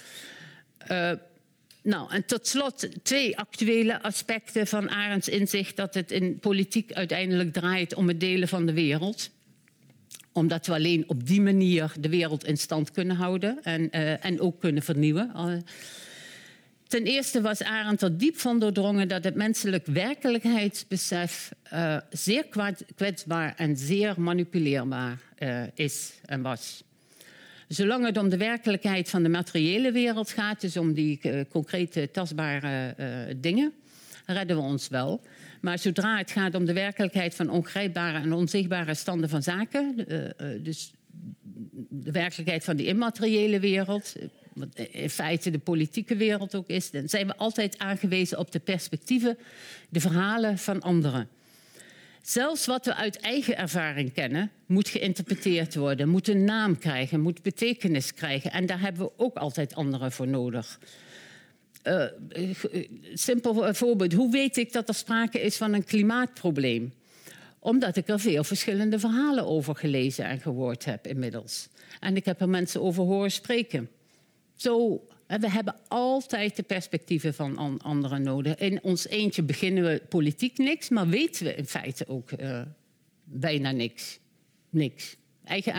En tot slot 2 actuele aspecten van Arendts inzicht dat het in politiek uiteindelijk draait om het delen van de wereld. Omdat we alleen op die manier de wereld in stand kunnen houden en ook kunnen vernieuwen. Ten eerste was Arendt er diep van doordrongen dat het menselijk werkelijkheidsbesef zeer kwetsbaar en zeer manipuleerbaar is en was. Zolang het om de werkelijkheid van de materiële wereld gaat, dus om die concrete, tastbare dingen, redden we ons wel. Maar zodra het gaat om de werkelijkheid van ongrijpbare en onzichtbare standen van zaken, dus de werkelijkheid van die immateriële wereld, wat in feite de politieke wereld ook is, dan zijn we altijd aangewezen op de perspectieven, de verhalen van anderen. Zelfs wat we uit eigen ervaring kennen, moet geïnterpreteerd worden, moet een naam krijgen, moet betekenis krijgen. En daar hebben we ook altijd anderen voor nodig. simpel voorbeeld. Hoe weet ik dat er sprake is van een klimaatprobleem? Omdat ik er veel verschillende verhalen over gelezen en gehoord heb inmiddels. En ik heb er mensen over horen spreken. Zo, we hebben altijd de perspectieven van anderen nodig. In ons eentje beginnen we politiek niks, maar weten we in feite ook bijna niks. Eigen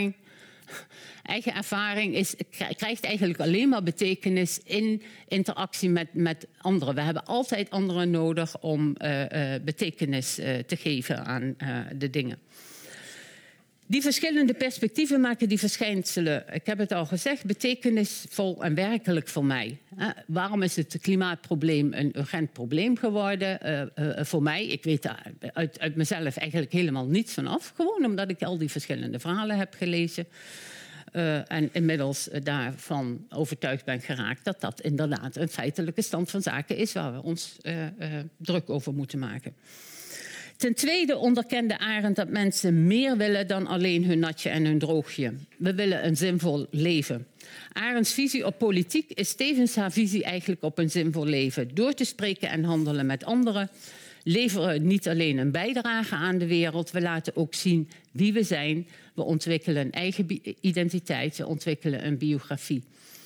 ervaring krijgt eigenlijk alleen maar betekenis in interactie met anderen. We hebben altijd anderen nodig om betekenis te geven aan de dingen. Die verschillende perspectieven maken die verschijnselen, ik heb het al gezegd, betekenisvol en werkelijk voor mij. Waarom is het klimaatprobleem een urgent probleem geworden? Voor mij, ik weet daar uit mezelf eigenlijk helemaal niets van af. Gewoon omdat ik al die verschillende verhalen heb gelezen. En inmiddels daarvan overtuigd ben geraakt dat dat inderdaad een feitelijke stand van zaken is waar we ons druk over moeten maken. Ten tweede onderkende Arendt dat mensen meer willen dan alleen hun natje en hun droogje. We willen een zinvol leven. Arendts visie op politiek is tevens haar visie eigenlijk op een zinvol leven. Door te spreken en handelen met anderen leveren we niet alleen een bijdrage aan de wereld, we laten ook zien wie we zijn. We ontwikkelen een eigen identiteit, we ontwikkelen een biografie.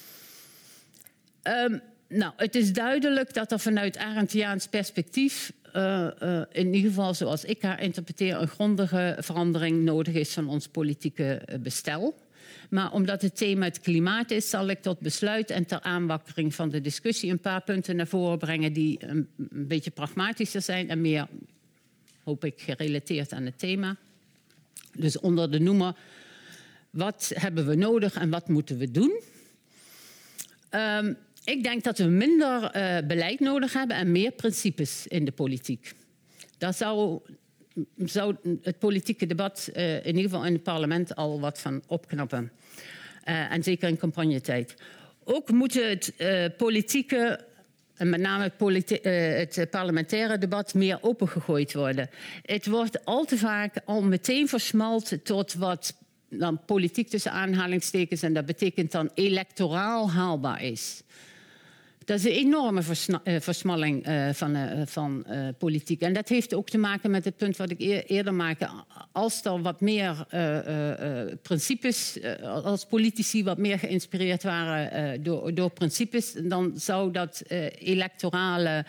Het is duidelijk dat er vanuit Arendtiaans perspectief, in ieder geval zoals ik haar interpreteer, een grondige verandering nodig is van ons politieke bestel. Maar omdat het thema het klimaat is, zal ik tot besluit en ter aanwakkering van de discussie een paar punten naar voren brengen die een beetje pragmatischer zijn en meer, hoop ik, gerelateerd aan het thema. Dus onder de noemer, wat hebben we nodig en wat moeten we doen? Ik denk dat we minder beleid nodig hebben en meer principes in de politiek. Daar zou het politieke debat in ieder geval in het parlement al wat van opknappen. En zeker in campagnetijd. Ook moet het politieke, en met name het parlementaire debat, meer opengegooid worden. Het wordt al te vaak al meteen versmalt tot wat dan politiek tussen aanhalingstekens, en dat betekent dan electoraal haalbaar is. Dat is een enorme versmalling van politiek. En dat heeft ook te maken met het punt wat ik eerder maakte. Als er wat meer principes, als politici wat meer geïnspireerd waren door principes, dan zou dat electorale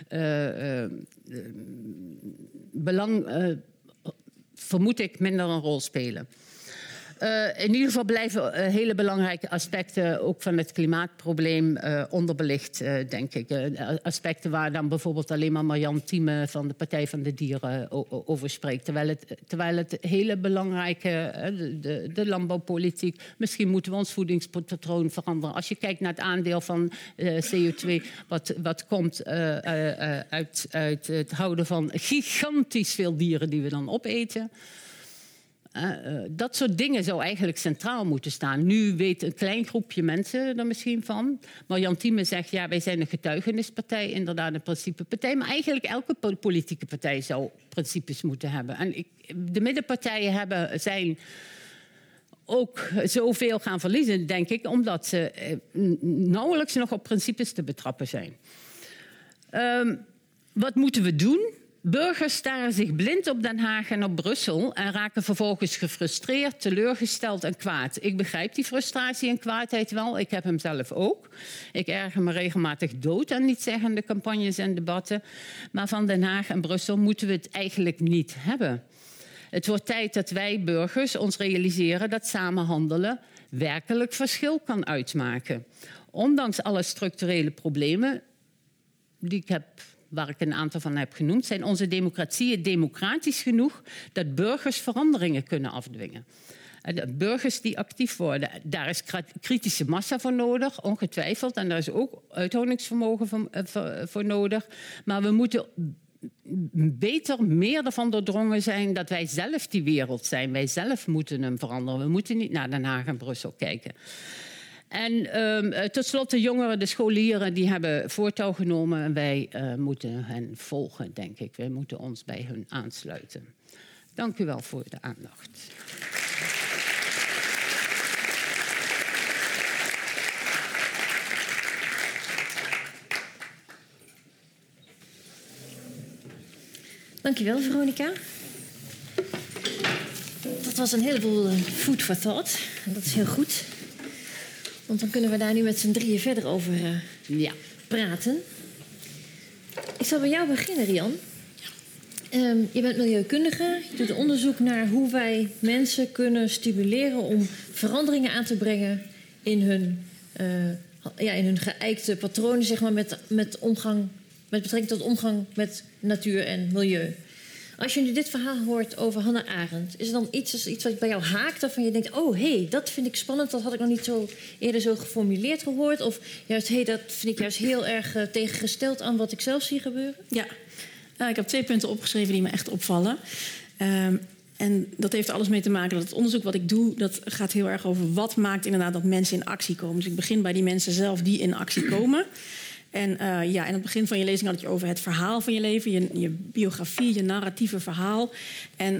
belang, vermoed ik, minder een rol spelen. In ieder geval blijven hele belangrijke aspecten ook van het klimaatprobleem onderbelicht, denk ik. Aspecten waar dan bijvoorbeeld alleen maar Marjan Thieme van de Partij van de Dieren over spreekt. Terwijl het hele belangrijke, de landbouwpolitiek, misschien moeten we ons voedingspatroon veranderen. Als je kijkt naar het aandeel van CO2, wat komt uit het houden van gigantisch veel dieren die we dan opeten. Dat soort dingen zou eigenlijk centraal moeten staan. Nu weet een klein groepje mensen er misschien van. Marjan Thieme zegt, ja, wij zijn een getuigenispartij, inderdaad een principepartij. Maar eigenlijk elke politieke partij zou principes moeten hebben. En de middenpartijen zijn ook zoveel gaan verliezen, denk ik, omdat ze nauwelijks nog op principes te betrappen zijn. Wat moeten we doen? Burgers staren zich blind op Den Haag en op Brussel en raken vervolgens gefrustreerd, teleurgesteld en kwaad. Ik begrijp die frustratie en kwaadheid wel. Ik heb hem zelf ook. Ik erger me regelmatig dood aan nietszeggende campagnes en debatten. Maar van Den Haag en Brussel moeten we het eigenlijk niet hebben. Het wordt tijd dat wij burgers ons realiseren dat samen handelen werkelijk verschil kan uitmaken. Ondanks alle structurele problemen die ik heb, waar ik een aantal van heb genoemd, zijn onze democratieën democratisch genoeg dat burgers veranderingen kunnen afdwingen. Burgers die actief worden, daar is kritische massa voor nodig, ongetwijfeld. En daar is ook uithoudingsvermogen voor nodig. Maar we moeten meer ervan doordrongen zijn dat wij zelf die wereld zijn. Wij zelf moeten hem veranderen. We moeten niet naar Den Haag en Brussel kijken. En tot slot de jongeren, de scholieren, die hebben voortouw genomen. En wij moeten hen volgen, denk ik. Wij moeten ons bij hun aansluiten. Dank u wel voor de aandacht. Dankjewel, Veronica. Dat was een heleboel food for thought. En dat is heel goed. Want dan kunnen we daar nu met z'n drieën verder over praten. Ik zal bij jou beginnen, Rian. Je bent milieukundige. Je doet onderzoek naar hoe wij mensen kunnen stimuleren om veranderingen aan te brengen in hun geëikte patronen, zeg maar, met betrekking tot omgang met natuur en milieu. Als je nu dit verhaal hoort over Hannah Arendt, is er dan iets wat bij jou haakt waarvan je denkt, oh hé, dat vind ik spannend, dat had ik nog niet eerder zo geformuleerd gehoord, of juist, hé, dat vind ik juist heel erg tegengesteld aan wat ik zelf zie gebeuren? Ja, ik heb 2 punten opgeschreven die me echt opvallen. En dat heeft er alles mee te maken dat het onderzoek wat ik doe, dat gaat heel erg over wat maakt inderdaad dat mensen in actie komen. Dus ik begin bij die mensen zelf die in actie komen. En in het begin van je lezing had je over het verhaal van je leven, je biografie, je narratieve verhaal. En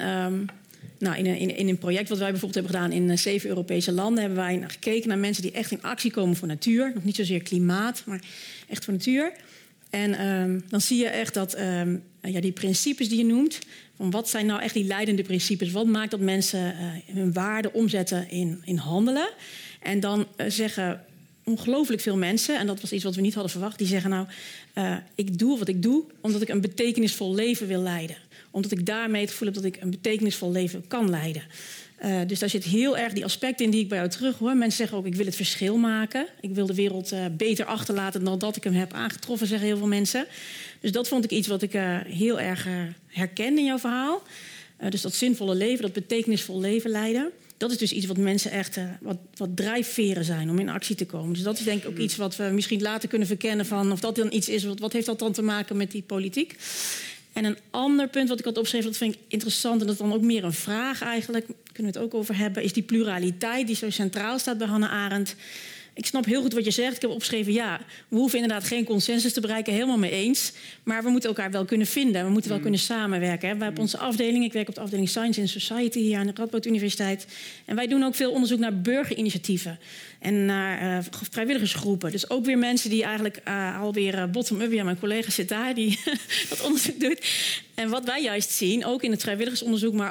in een project wat wij bijvoorbeeld hebben gedaan in 7 Europese landen, hebben wij gekeken naar mensen die echt in actie komen voor natuur. Nog niet zozeer klimaat, maar echt voor natuur. En dan zie je echt dat die principes die je noemt, van wat zijn nou echt die leidende principes? Wat maakt dat mensen hun waarden omzetten in handelen? En dan zeggen ongelooflijk veel mensen, en dat was iets wat we niet hadden verwacht, die zeggen ik doe wat ik doe omdat ik een betekenisvol leven wil leiden. Omdat ik daarmee het gevoel heb dat ik een betekenisvol leven kan leiden. Dus daar zit heel erg die aspecten in die ik bij jou terug hoor. Mensen zeggen ook, ik wil het verschil maken. Ik wil de wereld beter achterlaten dan dat ik hem heb aangetroffen, zeggen heel veel mensen. Dus dat vond ik iets wat ik heel erg herken in jouw verhaal. Dus dat zinvolle leven, dat betekenisvol leven leiden. Dat is dus iets wat mensen echt wat drijfveren zijn om in actie te komen. Dus dat is denk ik ook iets wat we misschien later kunnen verkennen van of dat dan iets is. Wat heeft dat dan te maken met die politiek? En een ander punt wat ik had opgeschreven, dat vind ik interessant, en dat is dan ook meer een vraag eigenlijk, kunnen we het ook over hebben, is die pluraliteit die zo centraal staat bij Hannah Arendt. Ik snap heel goed wat je zegt. Ik heb opgeschreven, we hoeven inderdaad geen consensus te bereiken, helemaal mee eens. Maar we moeten elkaar wel kunnen vinden. We moeten wel kunnen samenwerken. Wij hebben onze afdeling, ik werk op de afdeling Science and Society hier aan de Radboud Universiteit. En wij doen ook veel onderzoek naar burgerinitiatieven en naar vrijwilligersgroepen. Dus ook weer mensen die eigenlijk alweer bottom-up, mijn collega zit daar, die dat onderzoek doet. En wat wij juist zien, ook in het vrijwilligersonderzoek, maar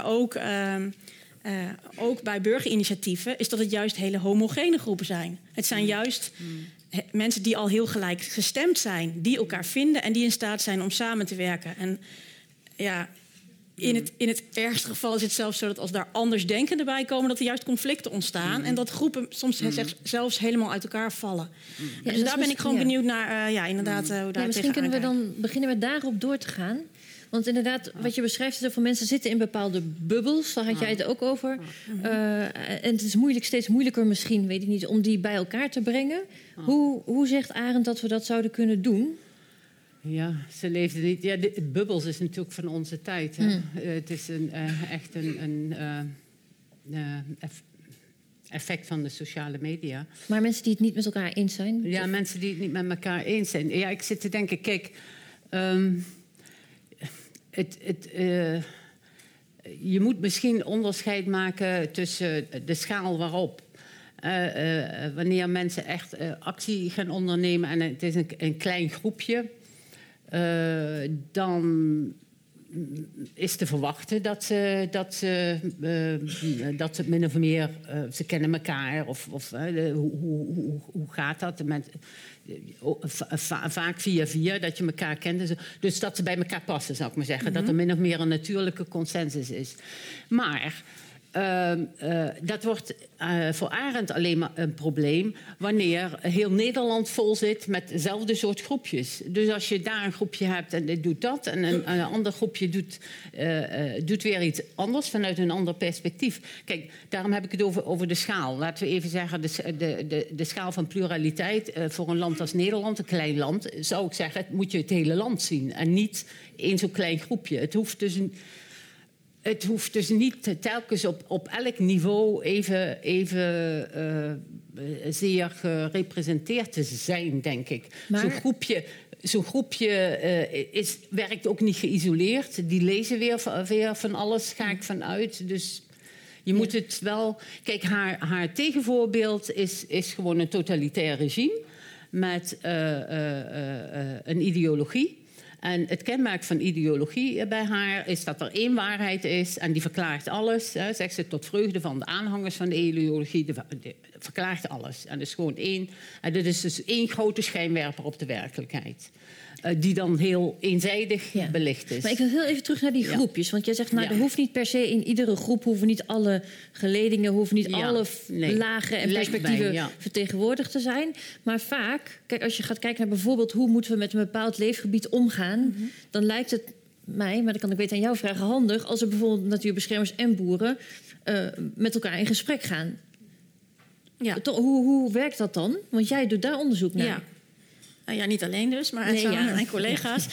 ook bij burgerinitiatieven, is dat het juist hele homogene groepen zijn. Het zijn juist mensen die al heel gelijk gestemd zijn, die elkaar vinden en die in staat zijn om samen te werken. En in het ergste geval is het zelfs zo dat als daar andersdenkenden bij komen, dat er juist conflicten ontstaan en dat groepen soms zelfs helemaal uit elkaar vallen. Ja, dus daar ben ik gewoon benieuwd naar, inderdaad, hoe daar misschien kunnen we dan beginnen met daarop door te gaan. Want inderdaad, wat je beschrijft, is dat veel mensen zitten in bepaalde bubbels. Daar had jij het ook over. En het is steeds moeilijker misschien, weet ik niet, om die bij elkaar te brengen. Hoe zegt Arendt dat we dat zouden kunnen doen? Ja, ze leefde niet. Ja, bubbels is natuurlijk van onze tijd. Hè? Het is echt een effect van de sociale media. Maar mensen die het niet met elkaar eens zijn? Ja, mensen die het niet met elkaar eens zijn. Ja, ik zit te denken, kijk, je moet misschien onderscheid maken tussen de schaal waarop. Wanneer mensen echt actie gaan ondernemen en het is een klein groepje, dan is te verwachten dat ze min of meer, ze kennen elkaar of hoe gaat dat? Vaak via dat je elkaar kent. Dus dat ze bij elkaar passen, zou ik maar zeggen. Dat er min of meer een natuurlijke consensus is. Maar dat wordt voor Arendt alleen maar een probleem wanneer heel Nederland vol zit met dezelfde soort groepjes. Dus als je daar een groepje hebt en dit doet dat en een ander groepje doet weer iets anders vanuit een ander perspectief. Kijk, daarom heb ik het over de schaal. Laten we even zeggen, de schaal van pluraliteit voor een land als Nederland, een klein land, zou ik zeggen, moet je het hele land zien en niet één zo'n klein groepje. Het hoeft dus niet telkens op elk niveau even zeer gerepresenteerd te zijn, denk ik. Maar zo'n groepje werkt ook niet geïsoleerd. Die lezen weer van alles, ga ik vanuit. Dus je moet het wel... Kijk, haar tegenvoorbeeld is gewoon een totalitair regime met een ideologie. En het kenmerk van ideologie bij haar is dat er één waarheid is en die verklaart alles. Hè, zegt ze, tot vreugde van de aanhangers van de ideologie, die verklaart alles. En dat is gewoon één. En dit is dus één grote schijnwerper op de werkelijkheid. Die dan heel eenzijdig belicht is. Maar ik wil heel even terug naar die groepjes. Want jij zegt, er hoeft niet per se in iedere groep... hoeven niet alle geledingen, hoeven niet alle lagen en perspectieven vertegenwoordigd te zijn. Maar vaak, kijk, als je gaat kijken naar bijvoorbeeld... hoe moeten we met een bepaald leefgebied omgaan... dan lijkt het mij, maar dat kan ik beter aan jou vragen, handig... als er bijvoorbeeld natuurbeschermers en boeren met elkaar in gesprek gaan. Ja. Hoe werkt dat dan? Want jij doet daar onderzoek naar. Ja. Ja, niet alleen dus, maar samen met mijn collega's.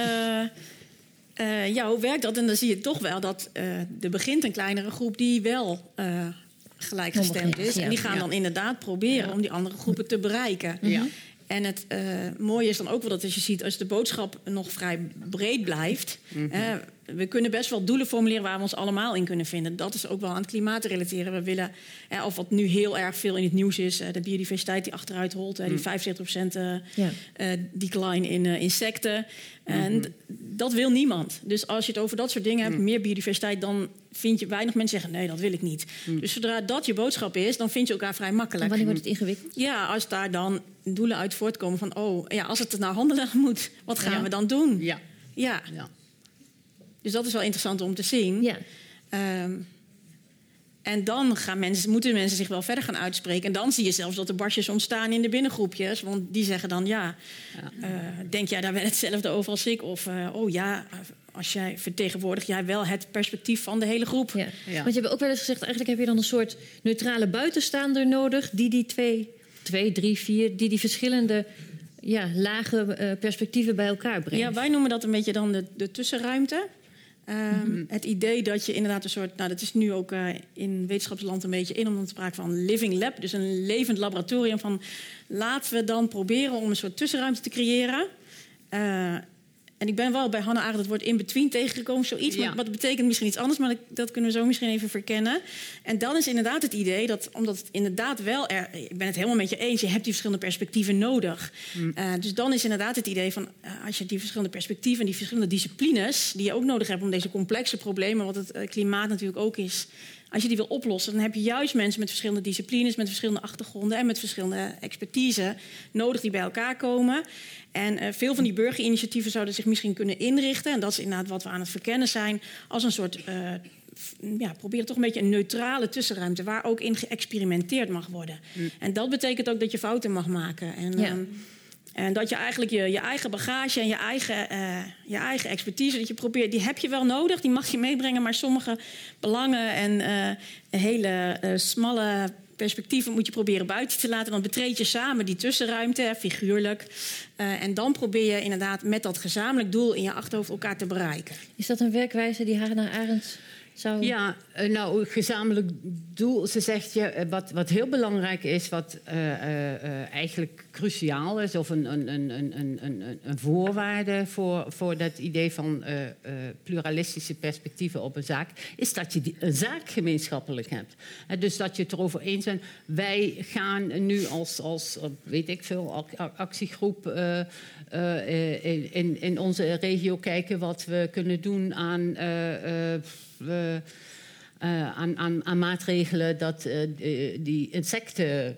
Hoe werkt dat? En dan zie je toch wel dat er begint een kleinere groep die wel gelijkgestemd is. En die gaan dan inderdaad proberen om die andere groepen te bereiken. Ja. En het mooie is dan ook wel dat als je ziet, als de boodschap nog vrij breed blijft... we kunnen best wel doelen formuleren waar we ons allemaal in kunnen vinden. Dat is ook wel aan het klimaat te relateren. We willen, of wat nu heel erg veel in het nieuws is... de biodiversiteit die achteruit holt. Die 75% decline in insecten. En dat wil niemand. Dus als je het over dat soort dingen hebt, meer biodiversiteit... dan vind je weinig mensen zeggen, nee, dat wil ik niet. Dus zodra dat je boodschap is, dan vind je elkaar vrij makkelijk. En wanneer wordt het ingewikkeld? Ja, als daar dan doelen uit voortkomen van... als het naar handelen moet, wat gaan we dan doen? Ja. Dus dat is wel interessant om te zien. Ja. En dan moeten mensen zich wel verder gaan uitspreken. En dan zie je zelfs dat er barstjes ontstaan in de binnengroepjes. Want die zeggen dan, denk jij daar wel hetzelfde over als ik? Of, als jij vertegenwoordigt jij wel het perspectief van de hele groep. Ja. Ja. Want je hebt ook wel eens gezegd, eigenlijk heb je dan een soort neutrale buitenstaander nodig... die 2, 3, 4, die verschillende... lage perspectieven bij elkaar brengt. Ja, wij noemen dat een beetje dan de tussenruimte. Het idee dat je inderdaad een soort... dat is nu ook in wetenschapsland een beetje om te sprake van living lab. Dus een levend laboratorium van... laten we dan proberen om een soort tussenruimte te creëren... En ik ben wel bij Hannah Arendt het woord in-between tegengekomen. Zoiets, wat betekent misschien iets anders... maar dat kunnen we zo misschien even verkennen. En dan is inderdaad het idee dat... omdat het inderdaad wel... ik ben het helemaal met je eens... je hebt die verschillende perspectieven nodig. Dus dan is inderdaad het idee van... als je die verschillende perspectieven en die verschillende disciplines... die je ook nodig hebt om deze complexe problemen... wat het klimaat natuurlijk ook is... als je die wil oplossen, dan heb je juist mensen met verschillende disciplines... met verschillende achtergronden en met verschillende expertise... nodig die bij elkaar komen... En veel van die burgerinitiatieven zouden zich misschien kunnen inrichten... en dat is inderdaad wat we aan het verkennen zijn... als een soort, probeer toch een beetje een neutrale tussenruimte... waar ook in geëxperimenteerd mag worden. En dat betekent ook dat je fouten mag maken. En dat je eigenlijk je eigen bagage en je eigen expertise... dat je probeert, die heb je wel nodig, die mag je meebrengen... maar sommige belangen en hele smalle... perspectieven moet je proberen buiten te laten. Dan betreed je samen die tussenruimte, figuurlijk. En dan probeer je inderdaad met dat gezamenlijk doel in je achterhoofd elkaar te bereiken. Is dat een werkwijze die Hannah Arendt zou... Ja, gezamenlijk doel. Ze zegt, wat heel belangrijk is, wat eigenlijk cruciaal is... of een voorwaarde voor dat idee van pluralistische perspectieven op een zaak... is dat je een zaak gemeenschappelijk hebt. Dus dat je het erover eens bent. Wij gaan nu als weet ik veel, actiegroep... in onze regio kijken wat we kunnen doen aan maatregelen dat die insecten...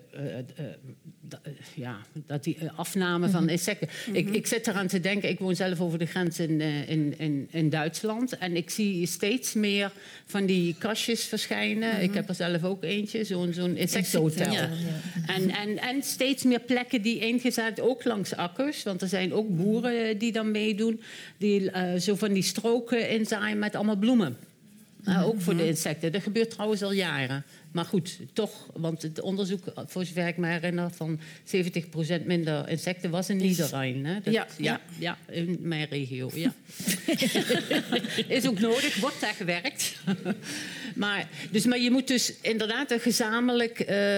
dat die afname van insecten... Ik zit eraan te denken, ik woon zelf over de grens in Duitsland... en ik zie steeds meer van die kastjes verschijnen. Ik heb er zelf ook eentje, zo'n insectenhotel. Ja. En steeds meer plekken die ingezet, ook langs akkers... want er zijn ook boeren die dan meedoen... die zo van die stroken inzaaien met allemaal bloemen. Ook voor de insecten. Dat gebeurt trouwens al jaren. Maar goed, toch, want het onderzoek, voor zover ik me herinner... van 70% minder insecten was in Niederrhein. Hè? Ja, in mijn regio, ja. Is ook nodig, wordt daar gewerkt. maar je moet dus inderdaad een gezamenlijk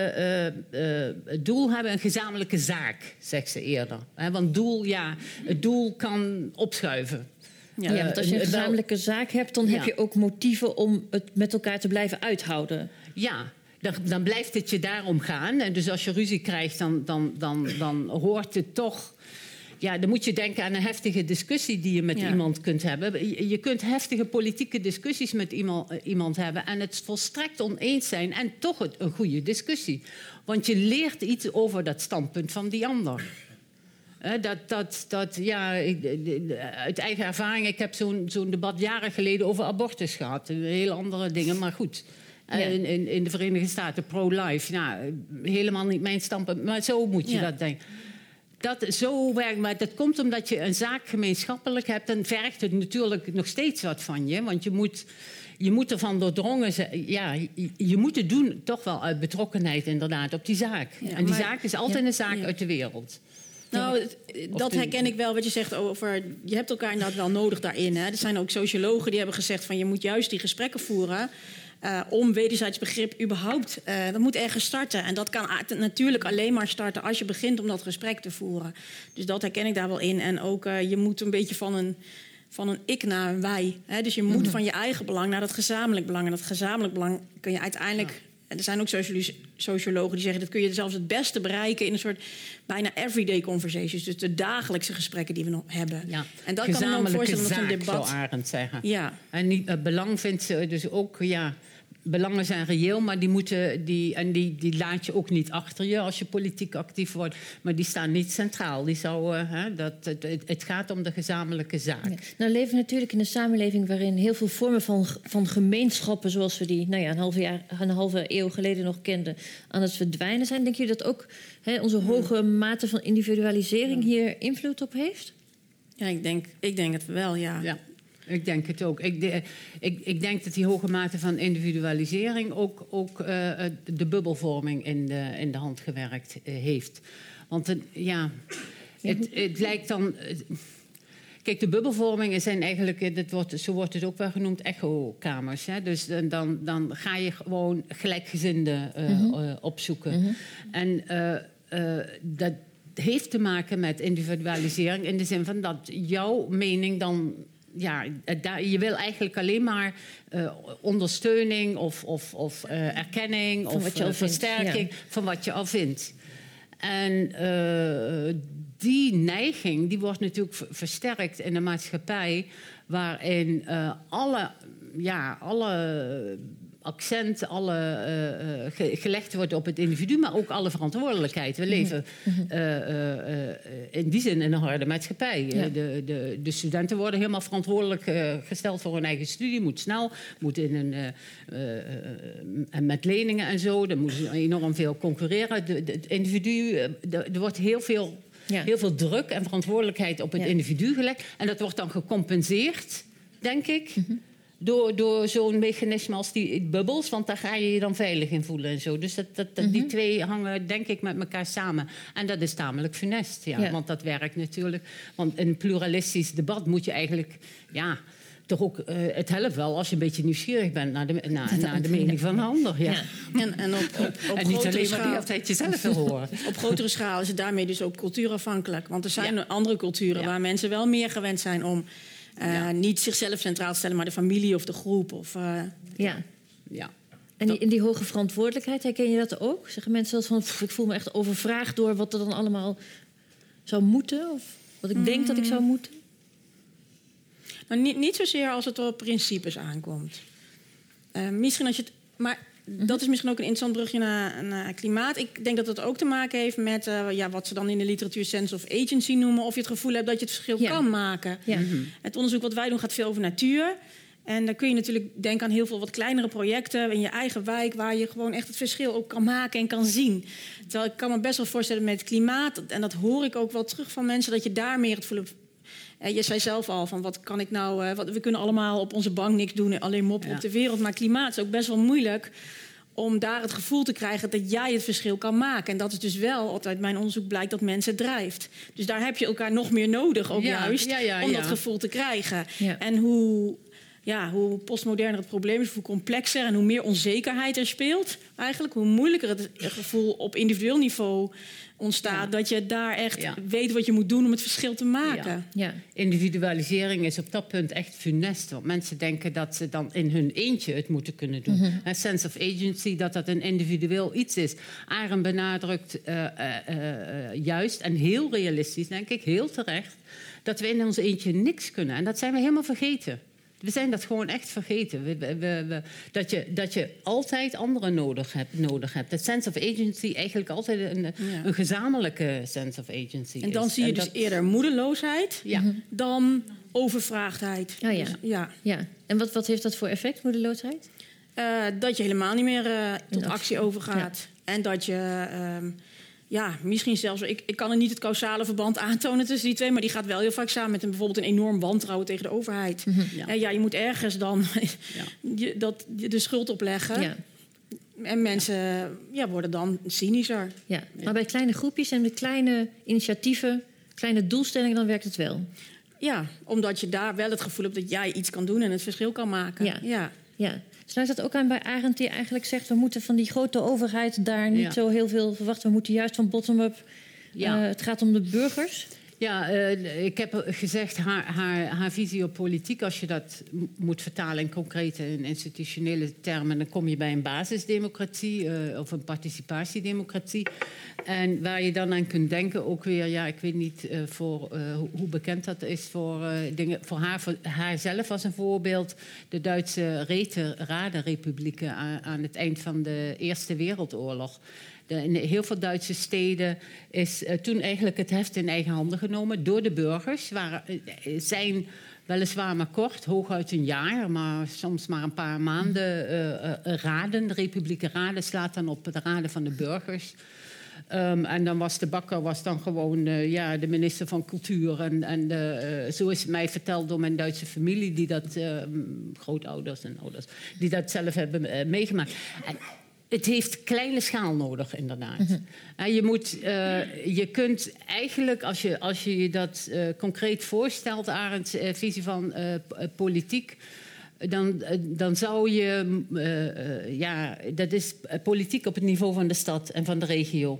doel hebben... een gezamenlijke zaak, zegt ze eerder. Want het doel kan opschuiven... Ja, want als je een gezamenlijke zaak hebt... dan heb je ook motieven om het met elkaar te blijven uithouden. Ja, dan blijft het je daarom gaan. En dus als je ruzie krijgt, dan hoort het toch... dan moet je denken aan een heftige discussie die je met iemand kunt hebben. Je kunt heftige politieke discussies met iemand hebben en het volstrekt oneens zijn en toch een goede discussie. Want je leert iets over dat standpunt van die ander. Uit eigen ervaring, ik heb zo'n debat jaren geleden over abortus gehad. Heel andere dingen, maar goed. In de Verenigde Staten, pro-life. Nou, helemaal niet mijn standpunt, maar zo moet je dat denken. Zo werkt, maar dat komt omdat je een zaak gemeenschappelijk hebt. Dan vergt het natuurlijk nog steeds wat van je. Want je moet ervan doordrongen zijn. Ja, je moet het doen toch wel uit betrokkenheid inderdaad op die zaak. Ja, en die zaak is altijd een zaak uit de wereld. Nou, dat herken ik wel wat je zegt over... Je hebt elkaar inderdaad wel nodig daarin. Hè. Er zijn ook sociologen die hebben gezegd van... je moet juist die gesprekken voeren... om wederzijds begrip überhaupt... dat moet ergens starten. En dat kan natuurlijk alleen maar starten... als je begint om dat gesprek te voeren. Dus dat herken ik daar wel in. En ook, je moet een beetje van een ik naar een wij. Hè. Dus je moet van je eigen belang naar dat gezamenlijk belang. En dat gezamenlijk belang kun je uiteindelijk... En er zijn ook sociologen die zeggen... dat kun je zelfs het beste bereiken in een soort bijna everyday conversations. Dus de dagelijkse gesprekken die we nog hebben. Ja. En dat kan ik me ook voorstellen dat een debat... zou Arendt zeggen. Ja. En belang vindt ze dus ook... belangen zijn reëel, maar die laat je ook niet achter je als je politiek actief wordt. Maar die staan niet centraal. Het gaat om de gezamenlijke zaak. Ja. Nou leven we natuurlijk in een samenleving waarin heel veel vormen van gemeenschappen, zoals we die een halve eeuw geleden nog kenden, aan het verdwijnen zijn. Denk je dat ook onze hoge mate van individualisering hier invloed op heeft? Ja, ik denk het wel, ja. Ik denk het ook. Ik denk dat die hoge mate van individualisering ook de bubbelvorming in de hand gewerkt heeft. Want het lijkt dan... Kijk, de bubbelvormingen zijn eigenlijk, zo wordt het ook wel genoemd, echokamers. Hè? Dus dan ga je gewoon gelijkgezinden opzoeken. En dat heeft te maken met individualisering in de zin van dat jouw mening dan... Ja, je wil eigenlijk alleen maar ondersteuning of erkenning of versterking van wat je al vindt. En die neiging die wordt natuurlijk versterkt in een maatschappij waarin alle accent gelegd wordt op het individu, maar ook alle verantwoordelijkheid. We leven in die zin in een harde maatschappij. Ja. De studenten worden helemaal verantwoordelijk gesteld voor hun eigen studie. Moet snel, moet en met leningen en zo. Dan moeten ze enorm veel concurreren. Het individu, er wordt heel veel druk en verantwoordelijkheid op het individu gelegd. En dat wordt dan gecompenseerd, denk ik... Door zo'n mechanisme als die bubbels, want daar ga je je dan veilig in voelen en zo. Dus die twee hangen, denk ik, met elkaar samen. En dat is tamelijk funest, want dat werkt natuurlijk. Want in een pluralistisch debat moet je eigenlijk, toch ook, het helpt wel als je een beetje nieuwsgierig bent naar de mening van een ander. Ja. En op niet alleen maar die altijd jezelf wil horen. Op grotere schaal is het daarmee dus ook cultuurafhankelijk. Want er zijn andere culturen waar mensen wel meer gewend zijn om... niet zichzelf centraal te stellen, maar de familie of de groep. En die hoge verantwoordelijkheid, herken je dat ook? Zeggen mensen zelfs van, ik voel me echt overvraagd door wat er dan allemaal zou moeten? Of wat ik denk dat ik zou moeten? Nou, niet zozeer als het op principes aankomt. Misschien als je het... Maar dat is misschien ook een interessant brugje naar klimaat. Ik denk dat het ook te maken heeft met wat ze dan in de literatuur sense of agency noemen. Of je het gevoel hebt dat je het verschil kan maken. Ja. Het onderzoek wat wij doen gaat veel over natuur. En dan kun je natuurlijk denken aan heel veel wat kleinere projecten in je eigen wijk, waar je gewoon echt het verschil ook kan maken en kan zien. Terwijl ik kan me best wel voorstellen met klimaat, en dat hoor ik ook wel terug van mensen, dat je daar meer het gevoel hebt. Je zei zelf al van wat kan ik nou. We kunnen allemaal op onze bank niks doen, alleen moppen op de wereld. Maar klimaat is ook best wel moeilijk om daar het gevoel te krijgen dat jij het verschil kan maken. En dat is dus wel, altijd mijn onderzoek blijkt, dat mensen drijft. Dus daar heb je elkaar nog meer nodig, ook juist, om dat gevoel te krijgen. Ja. En hoe hoe postmoderner het probleem is, hoe complexer en hoe meer onzekerheid er speelt, eigenlijk, hoe moeilijker het gevoel op individueel niveau ontstaat. Dat je daar echt weet wat je moet doen om het verschil te maken. Ja. Individualisering is op dat punt echt funest. Want mensen denken dat ze dan in hun eentje het moeten kunnen doen. Een sense of agency, dat een individueel iets is. Arendt benadrukt juist en heel realistisch, denk ik, heel terecht, dat we in ons eentje niks kunnen. En dat zijn we helemaal vergeten. We zijn dat gewoon echt vergeten. Dat je altijd anderen nodig hebt. Dat sense of agency eigenlijk altijd een gezamenlijke sense of agency En dan is. zie je dus eerder moedeloosheid dan overvraagdheid. Oh, Dus, ja. En wat heeft dat voor effect, moedeloosheid? Dat je helemaal niet meer tot actie overgaat. Ja. En dat je... misschien zelfs... Ik kan er niet het causale verband aantonen tussen die twee, maar die gaat wel heel vaak samen met bijvoorbeeld een enorm wantrouwen tegen de overheid. Je moet ergens dan de schuld opleggen. Ja. En mensen worden dan cynischer. Ja. Maar bij kleine groepjes en met kleine initiatieven, kleine doelstellingen, dan werkt het wel. Ja, omdat je daar wel het gevoel hebt dat jij iets kan doen en het verschil kan maken. Ja. Sluit dat ook aan bij Arendt, die eigenlijk zegt, we moeten van die grote overheid daar niet zo heel veel verwachten. We moeten juist van bottom-up. Het gaat om de burgers. Ja, ik heb gezegd, haar visie op politiek, als je dat moet vertalen in concrete en institutionele termen, dan kom je bij een basisdemocratie of een participatiedemocratie. En waar je dan aan kunt denken, ook weer, ik weet niet hoe bekend dat is voor dingen. Voor haarzelf als een voorbeeld, de Duitse Radenrepublieken aan het eind van de Eerste Wereldoorlog. In heel veel Duitse steden is toen eigenlijk het heft in eigen handen genomen door de burgers. Zijn weliswaar maar kort, hooguit een jaar, maar soms maar een paar maanden raden. De republieke raden slaat dan op de raden van de burgers. En dan was de bakker gewoon de minister van cultuur. En zo is mij verteld door mijn Duitse familie, die dat, grootouders en ouders, die dat zelf hebben meegemaakt. Het heeft kleine schaal nodig, inderdaad. Je kunt eigenlijk, als je je dat concreet voorstelt, Arendts visie van politiek, dan zou je... dat is politiek op het niveau van de stad en van de regio.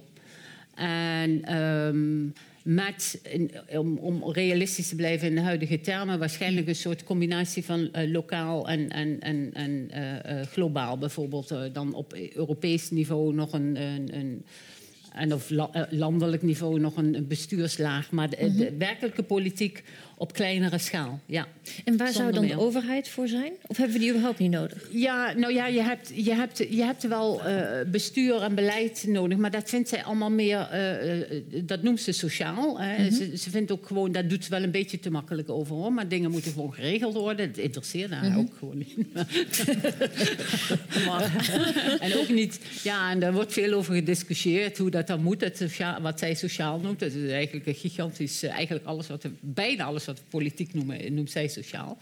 En om realistisch te blijven in de huidige termen, waarschijnlijk een soort combinatie van lokaal en globaal. Bijvoorbeeld dan op Europees niveau nog en op landelijk niveau nog een bestuurslaag. Maar de werkelijke politiek op kleinere schaal, ja. En waar zou dan de overheid voor zijn? Of hebben we die überhaupt niet nodig? Ja, je hebt wel bestuur en beleid nodig. Maar dat vindt zij allemaal meer... dat noemt ze sociaal. Ze vindt ook gewoon... Dat doet ze wel een beetje te makkelijk over, hoor. Maar dingen moeten gewoon geregeld worden. Het interesseert haar ook gewoon niet. En ook niet... Ja, en daar wordt veel over gediscussieerd. Hoe dat dan moet. Wat zij sociaal noemt. Dat is eigenlijk een gigantisch... Eigenlijk bijna alles wat we politiek noemen, noemt zij sociaal.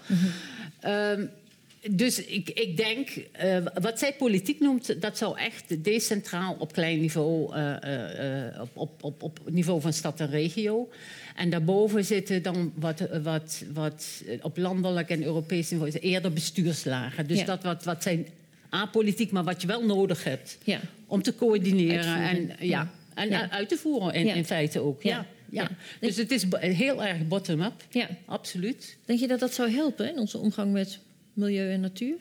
Dus ik denk, wat zij politiek noemt, dat zou echt decentraal op klein niveau, op niveau van stad en regio. En daarboven zitten dan wat op landelijk en Europees niveau is eerder bestuurslagen. Dus dat wat zijn apolitiek, maar wat je wel nodig hebt om te coördineren en uit te voeren in feite ook. Ja. Dus het is heel erg bottom-up. Ja, absoluut. Denk je dat dat zou helpen in onze omgang met milieu en natuur?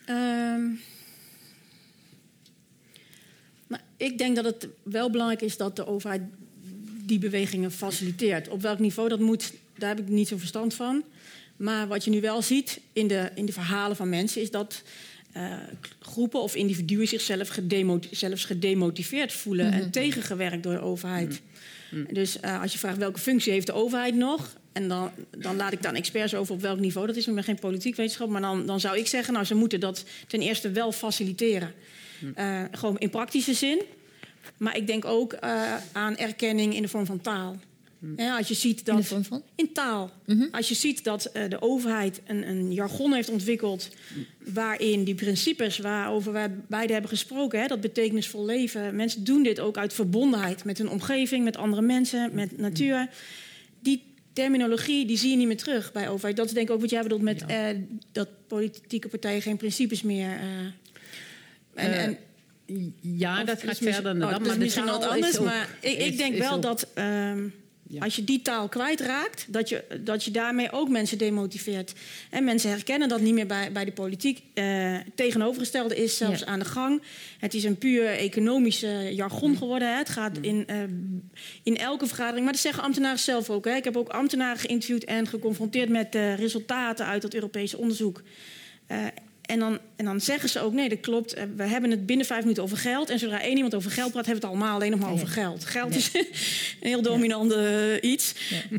Ik denk dat het wel belangrijk is dat de overheid die bewegingen faciliteert. Op welk niveau dat moet, daar heb ik niet zo verstand van. Maar wat je nu wel ziet in de verhalen van mensen is dat groepen of individuen zichzelf zelfs gedemotiveerd voelen en tegengewerkt door de overheid. Dus als je vraagt welke functie heeft de overheid nog, en dan laat ik dan experts over op welk niveau. Dat is nog geen politiek wetenschap, maar dan zou ik zeggen, nou, ze moeten dat ten eerste wel faciliteren. Gewoon in praktische zin. Maar ik denk ook aan erkenning in de vorm van taal. Als je ziet dat, in de vorm van? In taal. Als je ziet dat de overheid een jargon heeft ontwikkeld waarin die principes waarover wij beiden hebben gesproken, dat betekenisvol leven, mensen doen dit ook uit verbondenheid met hun omgeving, met andere mensen, met natuur. terminologie, die zie je niet meer terug bij overheid. Dat is denk ik ook wat jij bedoelt met dat politieke partijen geen principes meer... dat gaat verder dan dat. Dat is misschien wat anders, maar ik denk wel dat... Als je die taal kwijtraakt, dat je daarmee ook mensen demotiveert. En mensen herkennen dat niet meer bij de politiek. Tegenovergestelde is zelfs aan de gang. Het is een puur economische jargon geworden. Hè. Het gaat in elke vergadering. Maar dat zeggen ambtenaren zelf ook. Hè. Ik heb ook ambtenaren geïnterviewd en geconfronteerd met de resultaten uit dat Europese onderzoek. En dan zeggen ze ook, nee, dat klopt. We hebben het binnen 5 minuten over geld. En zodra één iemand over geld praat, hebben we het allemaal alleen nog maar over geld. Geld is een heel dominant iets.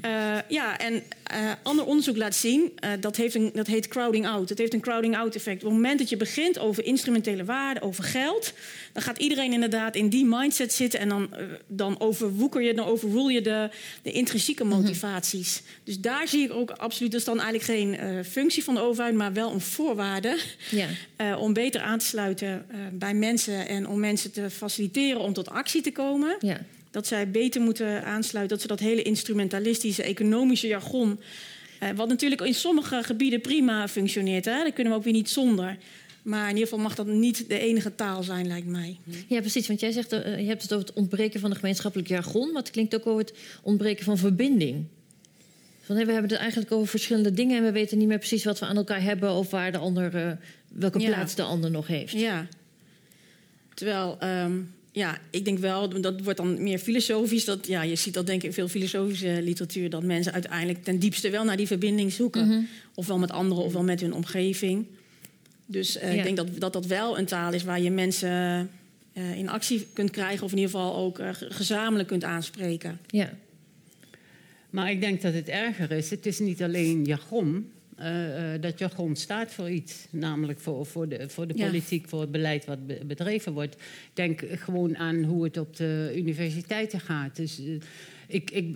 Ander onderzoek laat zien, dat heet crowding out. Dat heeft een crowding out effect. Op het moment dat je begint over instrumentele waarden, over geld... dan gaat iedereen inderdaad in die mindset zitten... en dan overrule je de intrinsieke motivaties. Dus daar zie ik ook absoluut... dat is dan eigenlijk geen functie van de overheid... maar wel een voorwaarde... om beter aan te sluiten bij mensen... en om mensen te faciliteren om tot actie te komen. Ja. Dat zij beter moeten aansluiten. Dat ze dat hele instrumentalistische, economische jargon... wat natuurlijk in sommige gebieden prima functioneert. Hè? Daar kunnen we ook weer niet zonder. Maar in ieder geval mag dat niet de enige taal zijn, lijkt mij. Ja, precies. Want jij zegt, je hebt het over het ontbreken van een gemeenschappelijk jargon... maar het klinkt ook over het ontbreken van verbinding. We hebben het eigenlijk over verschillende dingen... en we weten niet meer precies wat we aan elkaar hebben... of waar de ander, welke plaats de ander nog heeft. Ja. Terwijl, ik denk wel... dat wordt dan meer filosofisch. Je ziet dat denk ik in veel filosofische literatuur... dat mensen uiteindelijk ten diepste wel naar die verbinding zoeken. Mm-hmm. Ofwel met anderen, ofwel met hun omgeving. Dus ik denk dat wel een taal is... waar je mensen in actie kunt krijgen... of in ieder geval ook gezamenlijk kunt aanspreken. Ja. Maar ik denk dat het erger is. Het is niet alleen jargon. Dat jargon staat voor iets. Namelijk voor de politiek, voor het beleid wat bedreven wordt. Denk gewoon aan hoe het op de universiteiten gaat. Dus ik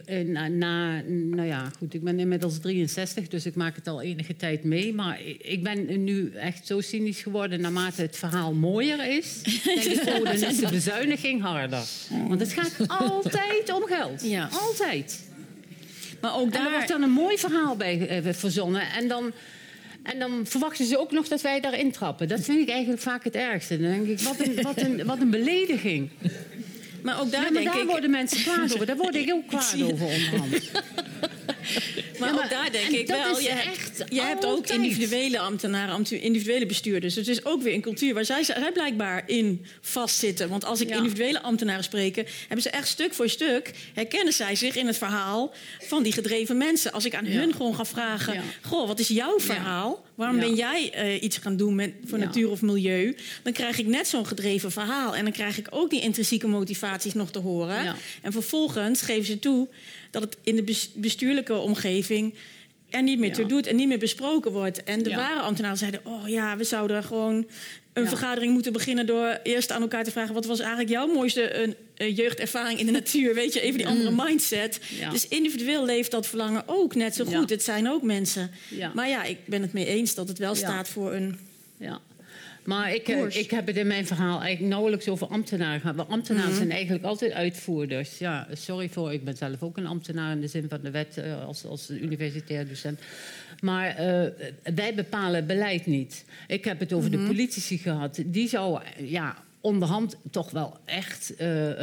ben inmiddels 63, dus ik maak het al enige tijd mee. Maar ik ben nu echt zo cynisch geworden naarmate het verhaal mooier is. Denk ik, dan is de bezuiniging harder. Want het gaat altijd om geld. Ja. Altijd. Maar ook daar wordt dan een mooi verhaal bij verzonnen. En dan verwachten ze ook nog dat wij daarin trappen. Dat vind ik eigenlijk vaak het ergste. Dan denk ik, wat een belediging. Maar ook daar worden mensen kwaad over. Daar word ik ook kwaad over onderhand. Maar ook daar denk ik wel, je hebt ook individuele ambtenaren, individuele bestuurders. Dus het is ook weer een cultuur waar zij blijkbaar in vastzitten. Want als ik individuele ambtenaren spreek, hebben ze echt stuk voor stuk... herkennen zij zich in het verhaal van die gedreven mensen. Als ik aan hun gewoon ga vragen... Goh, wat is jouw verhaal? Waarom ben jij iets gaan doen voor natuur of milieu? Dan krijg ik net zo'n gedreven verhaal. En dan krijg ik ook die intrinsieke motivaties nog te horen. Ja. En vervolgens geven ze toe dat het in de bestuurlijke omgeving er niet meer toe doet en niet meer besproken wordt. En de ware ambtenaren zeiden, we zouden gewoon een vergadering moeten beginnen door eerst aan elkaar te vragen, wat was eigenlijk jouw mooiste jeugdervaring in de natuur? Weet je, even die andere mindset. Ja. Dus individueel leeft dat verlangen ook net zo goed. Het zijn ook mensen. Ja. Maar ik ben het mee eens dat het wel staat voor een... Ja. Maar ik heb het in mijn verhaal eigenlijk nauwelijks over ambtenaren gehad. Want ambtenaren zijn eigenlijk altijd uitvoerders. Ja, ik ben zelf ook een ambtenaar in de zin van de wet als universitair docent. Maar wij bepalen beleid niet. Ik heb het over de politici gehad. Die zou onderhand toch wel echt...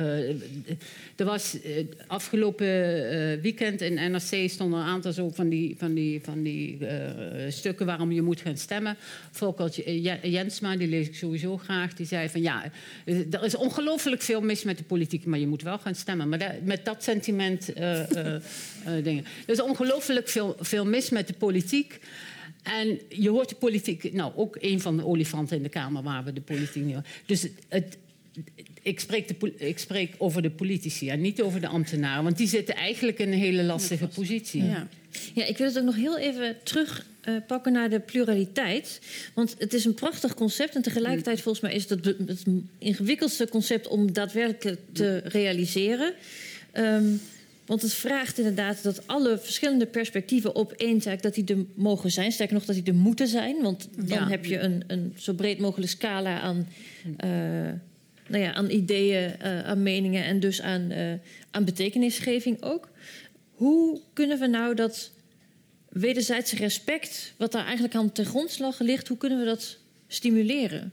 er was afgelopen weekend in NRC stonden een aantal zo van die stukken waarom je moet gaan stemmen. Volker Jensma, die lees ik sowieso graag, die zei van er is ongelooflijk veel mis met de politiek, maar je moet wel gaan stemmen. Maar met dat sentiment dingen. Er is ongelooflijk veel mis met de politiek. En je hoort de politiek... ook een van de olifanten in de Kamer waar we de politiek niet horen. Dus ik spreek over de politici en niet over de ambtenaren. Want die zitten eigenlijk in een hele lastige positie. Ja, ik wil het ook nog heel even terugpakken naar de pluraliteit. Want het is een prachtig concept. En tegelijkertijd volgens mij is het het ingewikkeldste concept om daadwerkelijk te realiseren. Want het vraagt inderdaad dat alle verschillende perspectieven op één taak, dat die er mogen zijn. Sterker nog, dat die er moeten zijn. Want dan heb je een zo breed mogelijk scala aan ideeën, aan meningen en dus aan betekenisgeving ook. hoe kunnen we nou dat wederzijdse respect, wat daar eigenlijk aan ten grondslag ligt, hoe kunnen we dat stimuleren?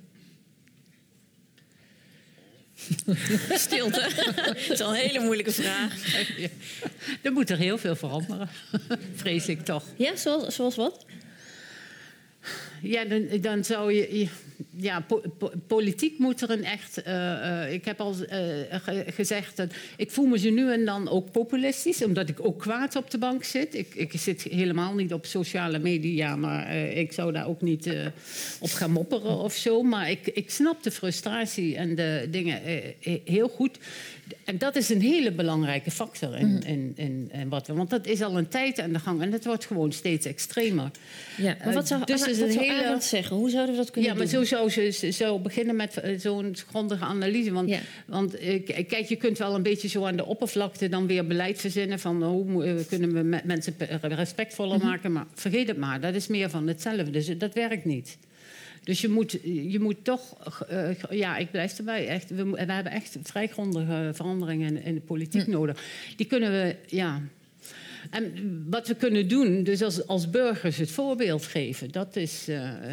Stilte. Dat is al een hele moeilijke vraag. Ja. Er moet er heel veel veranderen, vrees ik toch. Ja, zoals wat? Ja, dan zou je... Ja, politiek moet er een echt... ik heb al gezegd dat ik voel me zo nu en dan ook populistisch, omdat ik ook kwaad op de bank zit. Ik zit helemaal niet op sociale media, maar ik zou daar ook niet op gaan mopperen of zo. Maar ik snap de frustratie en de dingen heel goed. En dat is een hele belangrijke factor in wat we... Want dat is al een tijd aan de gang en het wordt gewoon steeds extremer. Ja, maar wat zou Arendt zeggen? Hoe zouden we dat kunnen doen? Ja, maar zo zou beginnen met zo'n grondige analyse. Want kijk, je kunt wel een beetje zo aan de oppervlakte dan weer beleid verzinnen van hoe kunnen we mensen respectvoller maken. Maar vergeet het maar, dat is meer van hetzelfde. Dus dat werkt niet. Dus je moet toch... ik blijf erbij. Echt, we hebben echt vrij grondige veranderingen in de politiek nodig. Die kunnen we... Ja. En wat we kunnen doen, dus als burgers het voorbeeld geven, dat is...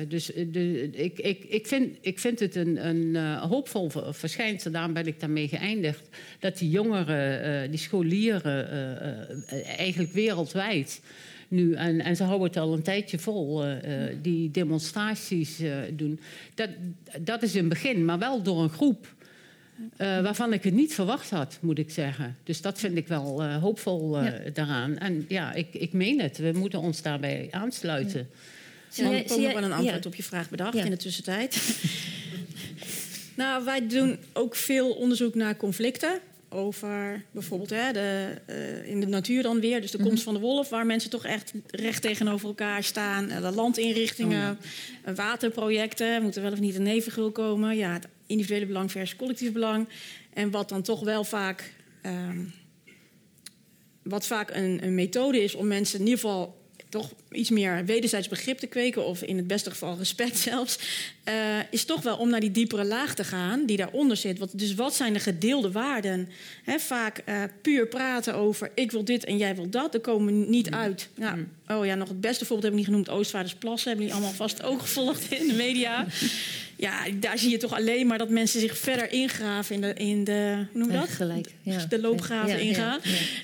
Ik vind het een hoopvol verschijnsel, daarom ben ik daarmee geëindigd, dat die jongeren, die scholieren, eigenlijk wereldwijd nu, en ze houden het al een tijdje vol, die demonstraties doen. Dat is een begin, maar wel door een groep waarvan ik het niet verwacht had, moet ik zeggen. Dus dat vind ik wel hoopvol daaraan. En ja, ik meen het. We moeten ons daarbij aansluiten. Ja. Ik heb nog wel een antwoord op je vraag bedacht in de tussentijd. Nou, wij doen ook veel onderzoek naar conflicten. Over bijvoorbeeld in de natuur dan weer. Dus de komst van de wolf, waar mensen toch echt recht tegenover elkaar staan. De landinrichtingen, waterprojecten. Moet er wel of niet een nevengul komen? Ja, het individuele belang versus collectief belang. En wat dan toch wel vaak... wat vaak een methode is om mensen in ieder geval toch iets meer wederzijds begrip te kweken, of in het beste geval respect zelfs, is toch wel om naar die diepere laag te gaan die daaronder zit. Dus wat zijn de gedeelde waarden? Vaak puur praten over ik wil dit en jij wil dat, daar komen we niet uit. Nou, nog het beste voorbeeld hebben we niet genoemd, Oostvaardersplassen, hebben jullie allemaal vast ook gevolgd in de media. Ja, daar zie je toch alleen maar dat mensen zich verder ingraven in de hoe noem je dat? Gelijk. Ja. De loopgraven ingaan.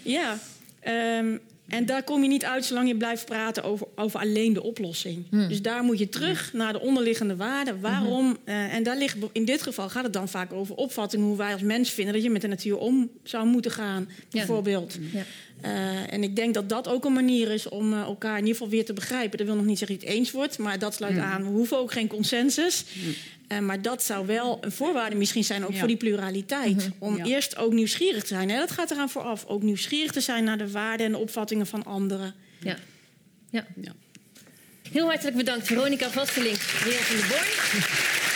En daar kom je niet uit zolang je blijft praten over alleen de oplossing. Dus daar moet je terug naar de onderliggende waarden. Waarom? En daar ligt, in dit geval gaat het dan vaak over opvatting, hoe wij als mens vinden dat je met de natuur om zou moeten gaan, bijvoorbeeld. Ja. En ik denk dat dat ook een manier is om elkaar in ieder geval weer te begrijpen. Dat wil nog niet zeggen dat je het eens wordt, maar dat sluit aan. We hoeven ook geen consensus. Maar dat zou wel een voorwaarde misschien zijn ook voor die pluraliteit. Om eerst ook nieuwsgierig te zijn. Dat gaat eraan vooraf. Ook nieuwsgierig te zijn naar de waarden en de opvattingen van anderen. Ja. Heel hartelijk bedankt Veronica Vastelink, Rian van der Boy.